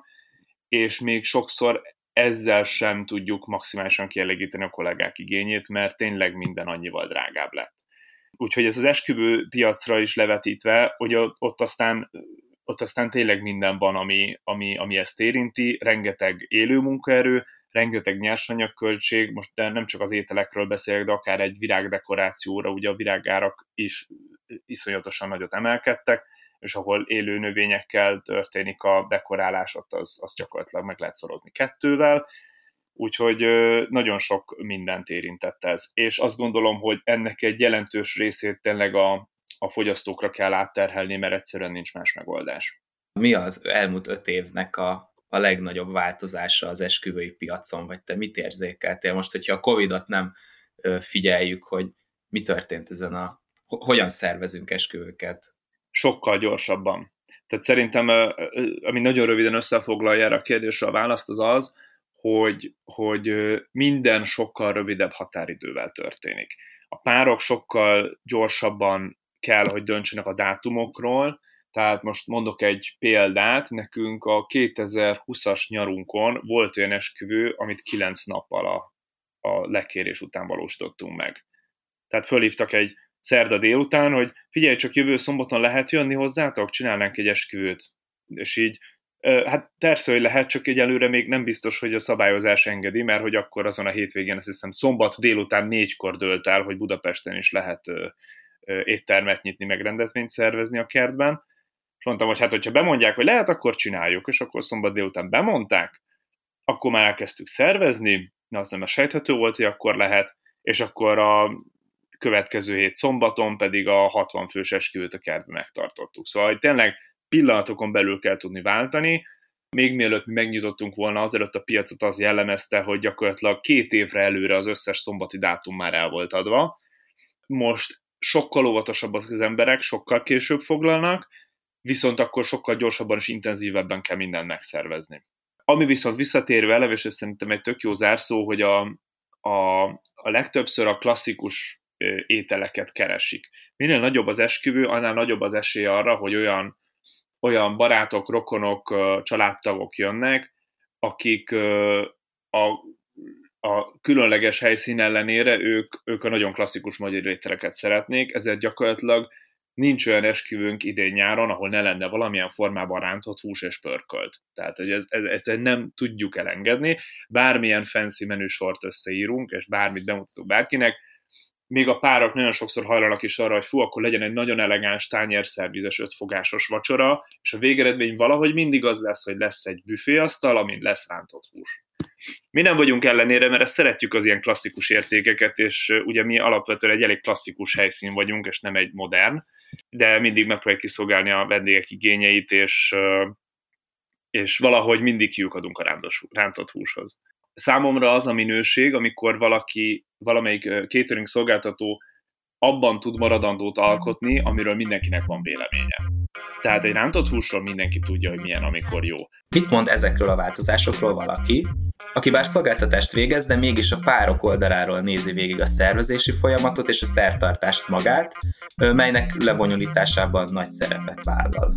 és még sokszor ezzel sem tudjuk maximálisan kielégíteni a kollégák igényét, mert tényleg minden annyival drágább lett. Úgyhogy ez az esküvő piacra is levetítve, hogy ott aztán, ott aztán tényleg minden van, ami, ami, ami ezt érinti, rengeteg élő munkaerő, rengeteg nyersanyagköltség, most de nem csak az ételekről beszélek, de akár egy virágdekorációra, ugye a virágárak is iszonyatosan nagyot emelkedtek, és ahol élő növényekkel történik a dekorálás, ott az, az gyakorlatilag meg lehet szorozni kettővel, úgyhogy nagyon sok mindent érintett ez. És azt gondolom, hogy ennek egy jelentős részét tényleg a, a fogyasztókra kell átterhelni, mert egyszerűen nincs más megoldás. Mi az elmúlt öt évnek a, a legnagyobb változása az esküvői piacon, vagy te mit érzékeltél most, hogyha a Covidot nem figyeljük, hogy Mi történt ezen a... Hogyan szervezünk esküvőket? Sokkal gyorsabban. Tehát szerintem, ami nagyon röviden összefoglalja erre a kérdésre a választ, az az, hogy, hogy minden sokkal rövidebb határidővel történik. A párok sokkal gyorsabban kell, hogy döntsenek a dátumokról, tehát most mondok egy példát, nekünk a kétezer-húszas nyarunkon volt olyan esküvő, amit kilenc nappal a, a lekérés után valósítottunk meg. Tehát fölhívtak egy szerda délután, hogy figyelj, csak jövő szombaton lehet jönni hozzátok, csinálnánk egy esküvőt. És így, hát persze, hogy lehet, csak egyelőre még nem biztos, hogy a szabályozás engedi, mert hogy akkor azon a hétvégén, azt hiszem, szombat délután négykor dőlt el, hogy Budapesten is lehet éttermet nyitni, meg rendezvényt szervezni a kertben. És mondtam, hogy hát, hogyha bemondják, hogy lehet, akkor csináljuk, és akkor szombat délután bemondták, akkor már elkezdtük szervezni, na az nem sejthető volt, hogy akkor lehet, és akkor a következő hét szombaton pedig a hatvan fős esküvőt a kertben megtartottuk. Szóval hogy tényleg pillanatokon belül kell tudni váltani. Még mielőtt mi megnyitottunk volna, azelőtt a piacot az jellemezte, hogy gyakorlatilag két évre előre az összes szombati dátum már el volt adva. Most sokkal óvatosabbak az emberek, sokkal később foglalnak, viszont akkor sokkal gyorsabban és intenzívebben kell mindent megszervezni. Ami viszont visszatérve eleve, és ez szerintem egy tök jó zárszó, hogy a, a, a legtöbbször a klasszikus ételeket keresik. Minél nagyobb az esküvő, annál nagyobb az esély arra, hogy olyan, olyan barátok, rokonok, családtagok jönnek, akik a, a különleges helyszín ellenére ők, ők a nagyon klasszikus magyar ételeket szeretnék, ezért gyakorlatilag nincs olyan esküvőnk idén-nyáron, ahol ne lenne valamilyen formában rántott hús és pörkölt. Tehát ez, ez, ezt nem tudjuk elengedni. Bármilyen fancy menüsort összeírunk, és bármit bemutatunk bárkinek, még a párok nagyon sokszor hajlanak is arra, hogy fú, akkor legyen egy nagyon elegáns tányérszervízes ötfogásos vacsora, és a végeredmény valahogy mindig az lesz, hogy lesz egy büféasztal, amin lesz rántott hús. Mi nem vagyunk ellenére, mert ezt szeretjük az ilyen klasszikus értékeket, és ugye mi alapvetően egy elég klasszikus helyszín vagyunk, és nem egy modern, de mindig megpróbáljuk kiszolgálni a vendégek igényeit, és, és valahogy mindig kiukadunk a rántott húshoz. Számomra az a minőség, amikor valaki, valamelyik catering szolgáltató abban tud maradandót alkotni, amiről mindenkinek van véleménye. Tehát egy rántott húsról mindenki tudja, hogy milyen, amikor jó. Mit mond ezekről a változásokról valaki, aki bár szolgáltatást végez, de mégis a párok oldaláról nézi végig a szervezési folyamatot és a szertartást magát, melynek lebonyolításában nagy szerepet vállal?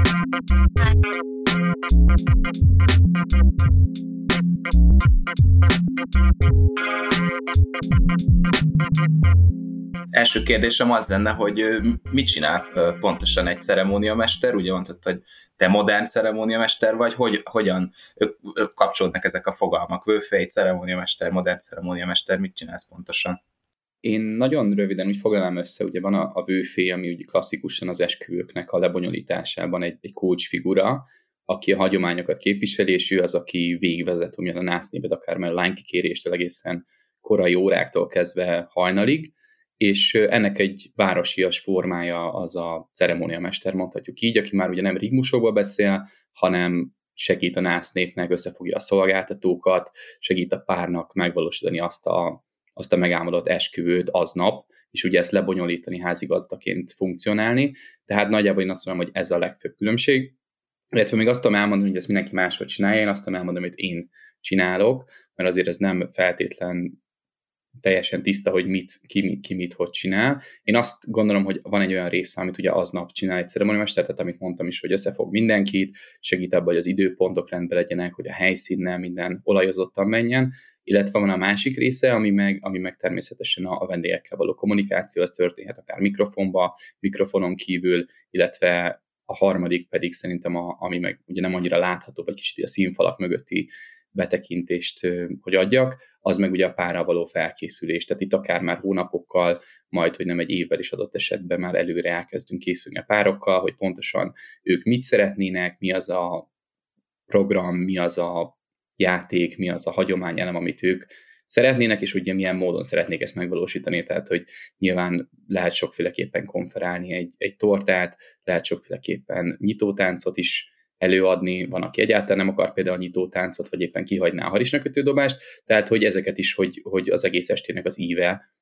Első kérdésem az lenne, hogy mit csinál pontosan egy ceremóniamester? Ugye mondtad, hogy te modern ceremóniamester vagy, hogy, hogyan kapcsolódnak ezek a fogalmak? Vőfej, ceremóniamester, modern ceremóniamester, mit csinálsz pontosan? Én nagyon röviden úgy foglalnám össze, ugye van a, a vőfé, ami ugye klasszikusan az esküvőknek a lebonyolításában egy, egy coach figura, aki a hagyományokat képviseli, és ő az, aki végigvezet ugyan a násznéped, akár már lánykikéréstől egészen korai óráktól kezdve hajnalig, és ennek egy városias formája az a ceremóniamester, mondhatjuk így, aki már ugye nem rigmusokba beszél, hanem segít a násznépnek, összefogja a szolgáltatókat, segít a párnak megvalósítani azt a, azt a megálmodott esküvőt aznap, és ugye ezt lebonyolítani, házigazdaként funkcionálni. Tehát nagyjából én azt mondom, hogy ez a legfőbb különbség. Illetve még azt tudom elmondani, hogy ezt mindenki máshogy csinálja, én azt tudom elmondani, hogy én csinálok, mert azért ez nem feltétlen teljesen tiszta, hogy mit, ki, ki mit, hogy csinál. Én azt gondolom, hogy van egy olyan része, amit ugye aznap csinál egy ceremóniamester, tehát amit mondtam is, hogy összefog mindenkit, segít abban, hogy az időpontok rendben legyenek, hogy a helyszínnel minden olajozottan menjen, illetve van a másik része, ami meg, ami meg természetesen a, a vendégekkel való kommunikáció, az történhet akár mikrofonba, mikrofonon kívül, illetve a harmadik pedig szerintem, a, ami meg ugye nem annyira látható, vagy kicsit a színfalak mögötti betekintést, hogy adjak, az meg ugye a párral való felkészülés. Tehát itt akár már hónapokkal, majd, hogy nem egy évvel is adott esetben már előre elkezdünk készülni a párokkal, hogy pontosan ők mit szeretnének, mi az a program, mi az a játék, mi az a hagyományelem, amit ők szeretnének, és ugye milyen módon szeretnék ezt megvalósítani, tehát hogy nyilván lehet sokféleképpen konferálni egy, egy tortát, lehet sokféleképpen nyitótáncot is előadni, van, aki egyáltalán nem akar például a nyitótáncot, vagy éppen kihagyná a harisnyakötődobást, tehát hogy ezeket is, hogy, hogy az egész estének az íve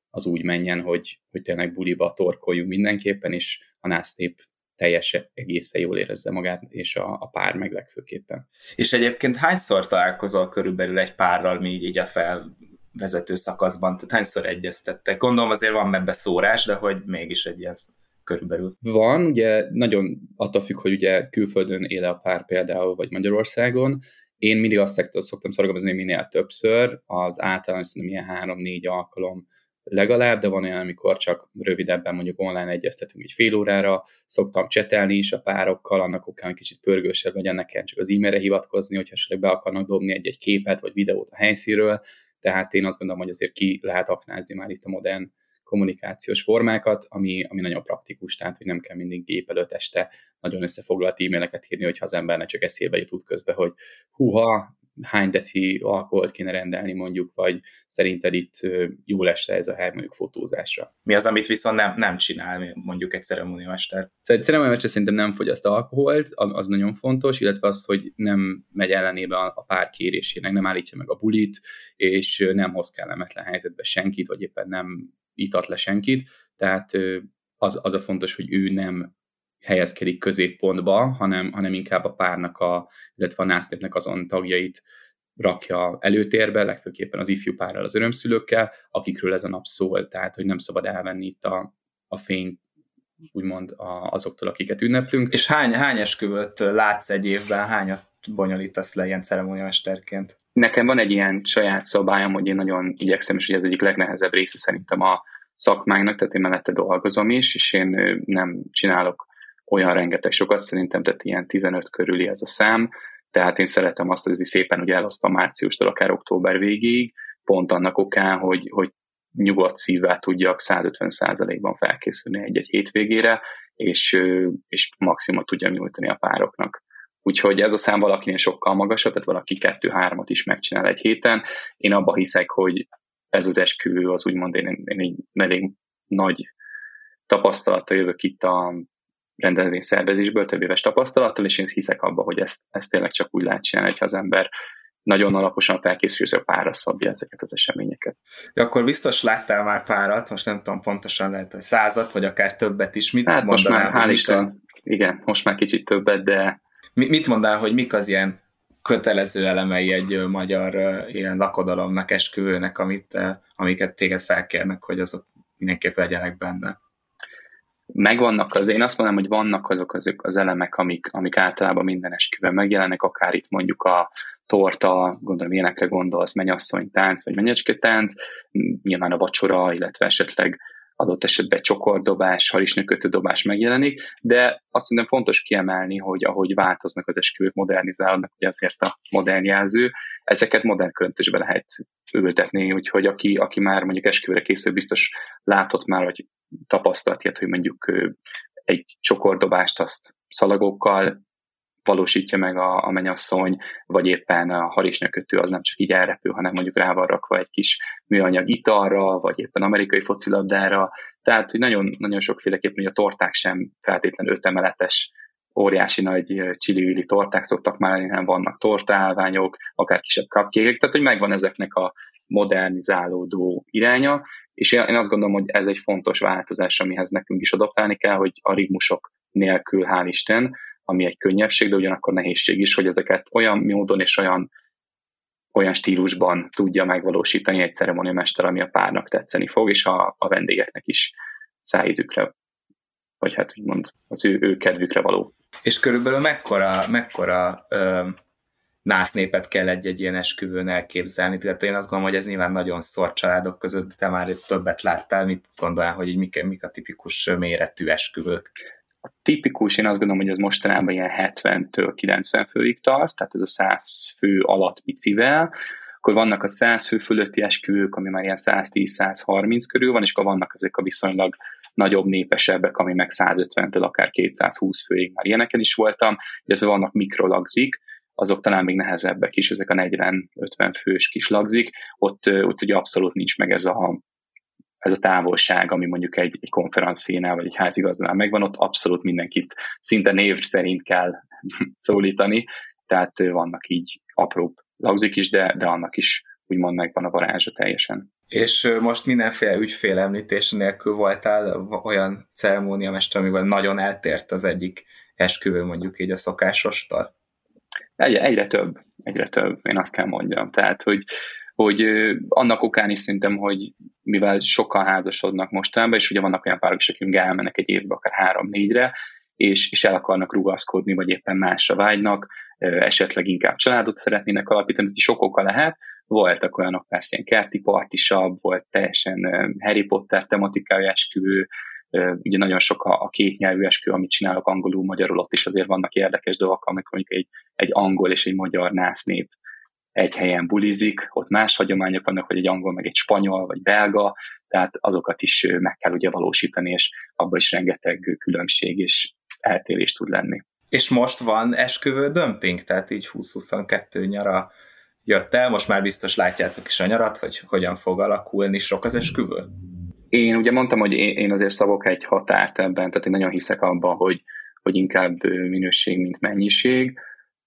az úgy menjen, hogy, hogy tényleg buliba torkoljunk mindenképpen, és a násztép teljes egészen jól érezze magát, és a, a pár meg legfőképpen. És egyébként hányszor találkozol körülbelül egy párral még így a felvezető szakaszban? Tehát hányszor egyeztettek? Gondolom azért van ebbe szórás, de hogy mégis egy ilyen körülbelül. Van, ugye nagyon attól függ, hogy ugye külföldön él a pár például, vagy Magyarországon. Én mindig azt szoktam szorgalmazni minél többször, az általán szerintem ilyen három-négy alkalom legalább, de van olyan, amikor csak rövidebben mondjuk online egyeztetünk egy fél órára, szoktam csetelni is a párokkal, annak okán kicsit pörgősebb legyen, nekem csak az e-mailre hivatkozni, hogyha esetleg be akarnak dobni egy-egy képet vagy videót a helyszínről, tehát én azt gondolom, hogy azért ki lehet aknázni már itt a modern kommunikációs formákat, ami, ami nagyon praktikus, tehát hogy nem kell mindig gép előtt este nagyon összefoglalt e-maileket írni, hogyha az embernek csak eszébe jut útközben, hogy húha, hány deci alkoholt kéne rendelni mondjuk, vagy szerinted itt jól este ez a hely mondjuk fotózásra. Mi az, amit viszont nem, nem csinál mondjuk egy ceremóniamester? Szóval egy ceremóniamester szerintem nem fogyaszt alkoholt, az nagyon fontos, illetve az, hogy nem megy ellenébe a pár kérésének, nem állítja meg a bulit, és nem hoz kellemetlen helyzetbe senkit, vagy éppen nem itat le senkit, tehát az, az a fontos, hogy ő nem helyezkedik középpontba, hanem, hanem inkább a párnak, a, illetve a násznépnek azon tagjait rakja előtérbe, legfőképpen az ifjú párral, az örömszülőkkel, akikről ez a nap szól, tehát hogy nem szabad elvenni itt a, a fényt, úgymond a, azoktól, akiket ünneplünk. És hány, hány esküvőt látsz egy évben, hányat bonyolítasz le ilyen ceremóniamesterként? Nekem van egy ilyen saját szabályom, hogy én nagyon igyekszem, és hogy ez egyik legnehezebb része szerintem a szakmának, tehát én mellette dolgozom is, és én nem csinálok olyan rengeteg sokat, szerintem, tehát ilyen tizenöt körüli ez a szám, tehát én szeretem azt, hogy szépen ugye elosztom márciustól akár október végéig, pont annak okán, hogy, hogy nyugodt szívvel tudjak százötven százalékban felkészülni egy-egy hétvégére, és, és maximum tudjam nyújtani a pároknak. Úgyhogy ez a szám valakinél sokkal magasabb, tehát valaki kettő-hármat is megcsinál egy héten. Én abba hiszek, hogy ez az esküvő az úgymond én, én egy elég nagy tapasztalattal jövök itt a rendezvény szervezésből, több éves tapasztalattal, és én hiszek abba, hogy ezt, ezt tényleg csak úgy lehet csinálni, hogyha az ember nagyon alaposan felkészül, hogy a párra szabja ezeket az eseményeket. De akkor biztos láttál már párat, most nem tudom pontosan, lehet, hogy százat, vagy akár többet is. Mit hát most mondanál, már, hál' Isten, a... igen, most már kicsit többet, de... Mit mondanál, hogy mik az ilyen kötelező elemei egy magyar uh, ilyen lakodalomnak, esküvőnek, amit, uh, amiket téged felkérnek, hogy azok mindenképp legyenek benne? Megvannak az, én azt mondanám, hogy vannak azok, azok az elemek, amik, amik általában minden esküvőn megjelennek, akár itt mondjuk a torta, gondolom ilyenekre gondolsz, mennyasszony tánc, vagy mennyecske tánc, nyilván a vacsora, illetve esetleg adott esetben csokordobás, harisnyakötő dobás megjelenik, de azt szerintem fontos kiemelni, hogy ahogy változnak az esküvők, modernizálódnak, ugye azért a modern jelző, ezeket modern köntösbe lehet ültetni, úgyhogy aki, aki már mondjuk esküvőre készül, biztos látott már, vagy tapasztalt ilyet, hogy mondjuk egy csokordobást azt szalagokkal valósítja meg a, a mennyasszony, vagy éppen a harisnyakötő az nem csak így elrepül, hanem mondjuk rá van rakva egy kis műanyag italra, vagy éppen amerikai focilabdára. Tehát, hogy nagyon, nagyon sokféleképpen, hogy a torták sem feltétlenül ötemeletes, óriási nagy csili-vili torták szoktak már lenni, hanem vannak tortaállványok, akár kisebb cupcake-ek, tehát, hogy megvan ezeknek a modernizálódó iránya, és én azt gondolom, hogy ez egy fontos változás, amihez nekünk is adaptálni kell, hogy a ritmusok nélkül, hál' Isten, ami egy könnyebbség, de ugyanakkor nehézség is, hogy ezeket olyan módon és olyan, olyan stílusban tudja megvalósítani egy ceremóniamester, ami a párnak tetszeni fog, és a, a vendégeknek is szájízükre, vagy hát úgymond az ő, ő kedvükre való. És körülbelül mekkora, mekkora ö, násznépet kell egy-egy ilyen esküvőn elképzelni? Tehát én azt gondolom, hogy ez nyilván nagyon szor családok között, de te már többet láttál, mit gondolál, hogy mik, mik a tipikus méretű esküvők? A tipikus, én azt gondolom, hogy ez mostanában ilyen hetventől kilencven főig tart, tehát ez a száz fő alatt picivel, akkor vannak a száz fő fölötti esküvők, ami már ilyen száztíz-százharminc körül van, és akkor vannak ezek a viszonylag nagyobb, népesebbek, ami meg százötventől akár kétszázhúsz főig, már ilyeneken is voltam, illetve vannak mikrolagzik, azok talán még nehezebbek is, ezek a negyven-ötven fős kis lagzik, ott, ott ugye abszolút nincs meg ez a ez a távolság, ami mondjuk egy, egy konferenciánál vagy egy házigazdánál megvan, ott abszolút mindenkit szinte név szerint kell szólítani, tehát vannak így apró lagzik is, de, de annak is úgymond megvan a varázsa teljesen. És most mindenféle ügyfél említése nélkül voltál olyan ceremóniamester, amivel nagyon eltért az egyik esküvő mondjuk így a szokásostól? Egyre, egyre több, egyre több, én azt kell mondjam. Tehát, hogy, hogy annak okán is szerintem, hogy mivel sokan házasodnak mostanában, és ugye vannak olyan párok is, akik elmennek egy évbe, akár három-négyre, és, és el akarnak rugaszkodni, vagy éppen másra vágynak, esetleg inkább családot szeretnének alapítani, tehát sok oka lehet. Voltak olyanok persze ilyen kerti partisabb, volt teljesen Harry Potter tematikájú esküvő, ugye nagyon sok a, a kétnyelvű esküvő, amit csinálok angolul, magyarul, ott is azért vannak érdekes dolgok, amikor mondjuk egy, egy angol és egy magyar násznép egy helyen bulizik, ott más hagyományok vannak, hogy egy angol, meg egy spanyol, vagy belga, tehát azokat is meg kell ugye valósítani, és abban is rengeteg különbség és eltérés tud lenni. És most van esküvő dömping, tehát így húsz-huszonkettő nyara jött el, most már biztos látjátok is a nyarat, hogy hogyan fog alakulni, sok az esküvő? Én ugye mondtam, hogy én azért szabok egy határt ebben, tehát én nagyon hiszek abban, hogy, hogy inkább minőség, mint mennyiség,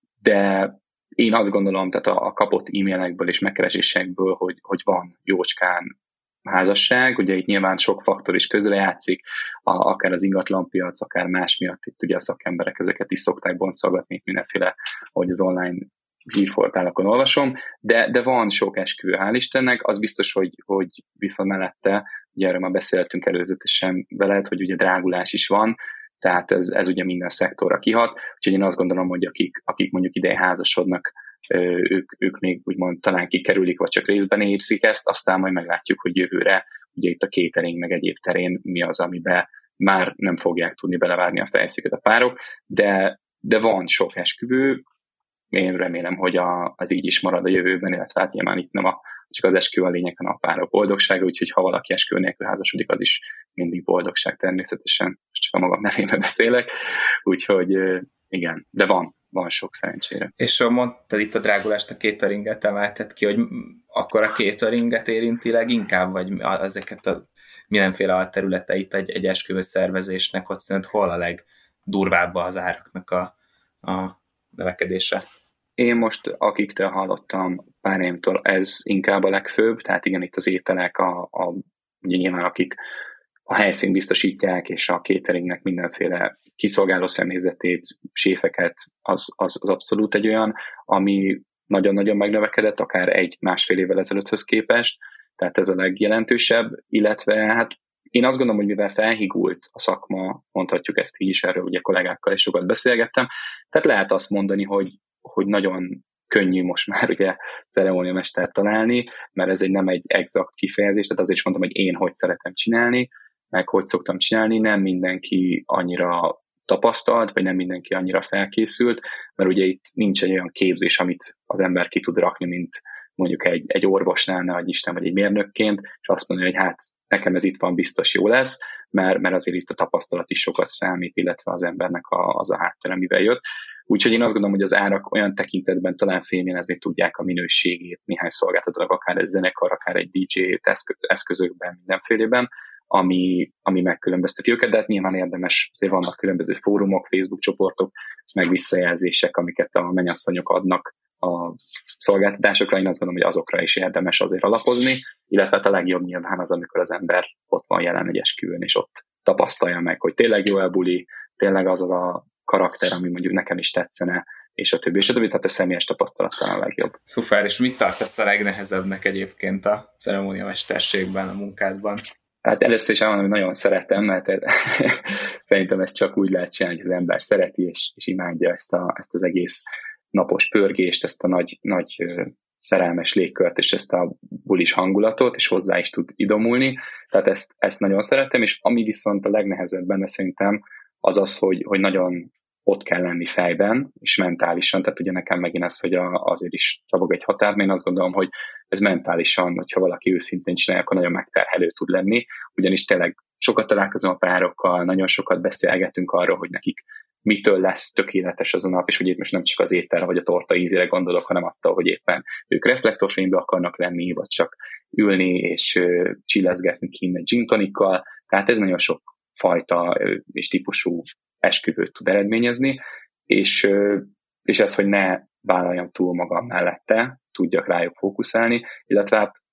de én azt gondolom, tehát a, a kapott e-mailekből és megkeresésekből, hogy, hogy van jócskán házasság, ugye itt nyilván sok faktor is közrejátszik, a, akár az ingatlanpiac, akár más miatt, itt ugye a szakemberek ezeket is szokták boncolgatni, mindenféle, hogy az online hírportálokon olvasom, de, de van sok esküvő, hál' Istennek, az biztos, hogy, hogy viszont mellette, ugye erről már beszéltünk előzetesen veled, hogy ugye drágulás is van, tehát ez, ez ugye minden szektorra kihat, úgyhogy én azt gondolom, hogy akik, akik mondjuk idején házasodnak, ők, ők még úgymond talán kikerülik, vagy csak részben érzik ezt, aztán majd meglátjuk, hogy jövőre ugye itt a catering meg egyéb terén mi az, amiben már nem fogják tudni belevárni a fejszéket a párok, de, de van sok esküvő, én remélem, hogy a, az így is marad a jövőben, illetve hát nyilván itt nem a, csak az esküvő a lényeg, hanem a párok boldogsága, úgyhogy ha valaki esküvő nélkül házasodik, az is mindig boldogság természetesen, most csak a magam nevében beszélek, úgyhogy igen, de van, van sok szerencsére. És mondtad itt a drágulást, a cateringet emelted ki, hogy akkor a cateringet érinti leginkább, vagy ezeket a mindenféle alterületeit egy, egy esküvő szervezésnek, ott szerint hol a legdurvább az áraknak a, a növekedése? Én most, akiktől hallottam párjaimtól, ez inkább a legfőbb, tehát igen, itt az ételek, a, a, ugye nyilván akik a helyszínt biztosítják, és a cateringnek mindenféle kiszolgáló személyzetét, séfeket, az, az, az abszolút egy olyan, ami nagyon-nagyon megnövekedett, akár egy-másfél évvel ezelőtthöz képest, tehát ez a legjelentősebb, illetve hát én azt gondolom, hogy mivel felhigult a szakma, mondhatjuk ezt így is, erről ugye kollégákkal is sokat beszélgettem, tehát lehet azt mondani, hogy, hogy nagyon könnyű most már ugye ceremóniamestert találni, mert ez egy nem egy exakt kifejezés, tehát azért is mondtam, hogy én hogy szeretem csinálni, meg hogy szoktam csinálni, nem mindenki annyira tapasztalt, vagy nem mindenki annyira felkészült, mert ugye itt nincs egy olyan képzés, amit az ember ki tud rakni, mint mondjuk egy, egy orvosnál, ne adj Isten, vagy egy mérnökként, és azt mondani, hogy hát nekem ez itt van, biztos jó lesz, mert, mert azért itt a tapasztalat is sokat számít, illetve az embernek a, az a háttere, mivel jött. Úgyhogy én azt gondolom, hogy az árak olyan tekintetben talán fémjelezni tudják a minőségét néhány szolgáltatónak, akár egy zenekar, akár egy dé dzsé eszközökben, mindenfélében, ami, ami megkülönbözteti őket, de hát nyilván érdemes, azért vannak különböző fórumok, Facebook csoportok, meg visszajelzések, amiket a mennyasszonyok adnak a szolgáltatásokra, én azt gondolom, hogy azokra is érdemes azért alapozni, illetve a legjobb nyilván az, amikor az ember ott van jelen egy esküvőn, és ott tapasztalja meg, hogy tényleg jó elbuli, tényleg az az a karakter, ami mondjuk nekem is tetszene, és a többi, és a többi, tehát a személyes tapasztalat talán a legjobb. Szuper, és mit tartasz a legnehezebbnek egyébként a ceremóniamesterségben, a munkádban? Hát először is elmondom, hogy nagyon szeretem, mert szerintem ezt csak úgy lehet csinálni, hogy az ember szereti, és, és imádja ezt, a, ezt az egész napos pörgést, ezt a nagy, nagy szerelmes légkört, és ezt a bulis hangulatot, és hozzá is tud idomulni. Tehát ezt, ezt nagyon szeretem, és ami viszont a legnehezebb benne szerintem, az az, hogy, hogy nagyon ott kell lenni fejben, és mentálisan, tehát ugye nekem megint az, hogy a, azért is szabog egy határ, mert én azt gondolom, hogy ez mentálisan, hogyha valaki őszintén csinálja, akkor nagyon megterhelő tud lenni, ugyanis tényleg sokat találkozom a párokkal, nagyon sokat beszélgetünk arról, hogy nekik mitől lesz tökéletes az a nap, és hogy itt most nem csak az ételre vagy a torta ízére gondolok, hanem attól, hogy éppen ők reflektorfénybe akarnak lenni, vagy csak ülni és uh, csillezgetni kint egy gin tonikkal, tehát ez nagyon sok fajta uh, és típusú esküvőt tud eredményezni, és, uh, és ez, hogy ne vállaljam túl magam mellette, tudjak rájuk fókuszálni, illetve hát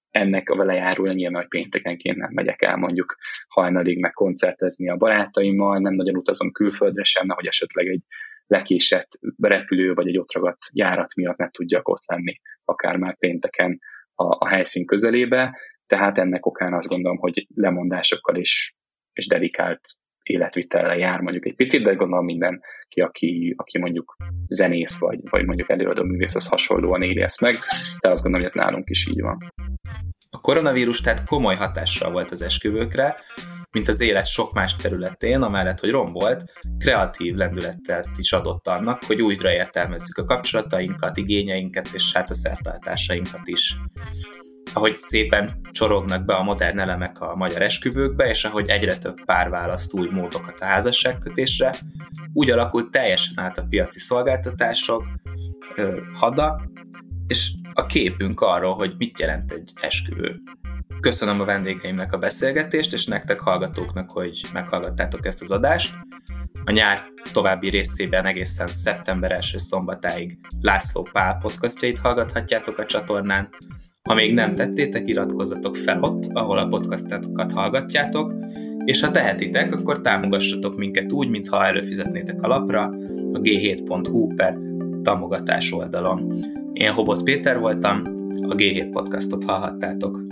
ennek a vele járul nyilván, hogy péntekenként nem megyek el mondjuk hajnalig meg koncertezni a barátaimmal, nem nagyon utazom külföldre sem, nehogy esetleg egy lekésett repülő vagy egy ott ragadt járat miatt ne tudjak ott lenni, akár már pénteken a, a helyszín közelébe, tehát ennek okán azt gondolom, hogy lemondásokkal is és dedikált életvitellel jár mondjuk egy picit, de gondolom mindenki, aki, aki mondjuk zenész vagy, vagy mondjuk előadó művész, az hasonlóan éli ezt meg, de azt gondolom, hogy ez nálunk is így van. A koronavírus tehát komoly hatással volt az esküvőkre, mint az élet sok más területén, amellett, hogy rombolt, kreatív lendületet is adott annak, hogy újra értelmezzük a kapcsolatainkat, igényeinket és hát a szertartásainkat is. Ahogy szépen csorognak be a modern elemek a magyar esküvőkbe, és ahogy egyre több pár választ új módokat a házasságkötésre, úgy alakult teljesen át a piaci szolgáltatások ö, hada, és a képünk arról, hogy mit jelent egy esküvő. Köszönöm a vendégeimnek a beszélgetést, és nektek hallgatóknak, hogy meghallgattátok ezt az adást. A nyár további részében egészen szeptember első szombatáig László Pál podcastjait hallgathatjátok a csatornán. Ha még nem tettétek, iratkozzatok fel ott, ahol a podcastatokat hallgatjátok, és ha tehetitek, akkor támogassatok minket úgy, mintha előfizetnétek a lapra, a gé hét pont hú per támogatás oldalon. Én Hobot Péter voltam, a gé hét podcastot hallhattátok.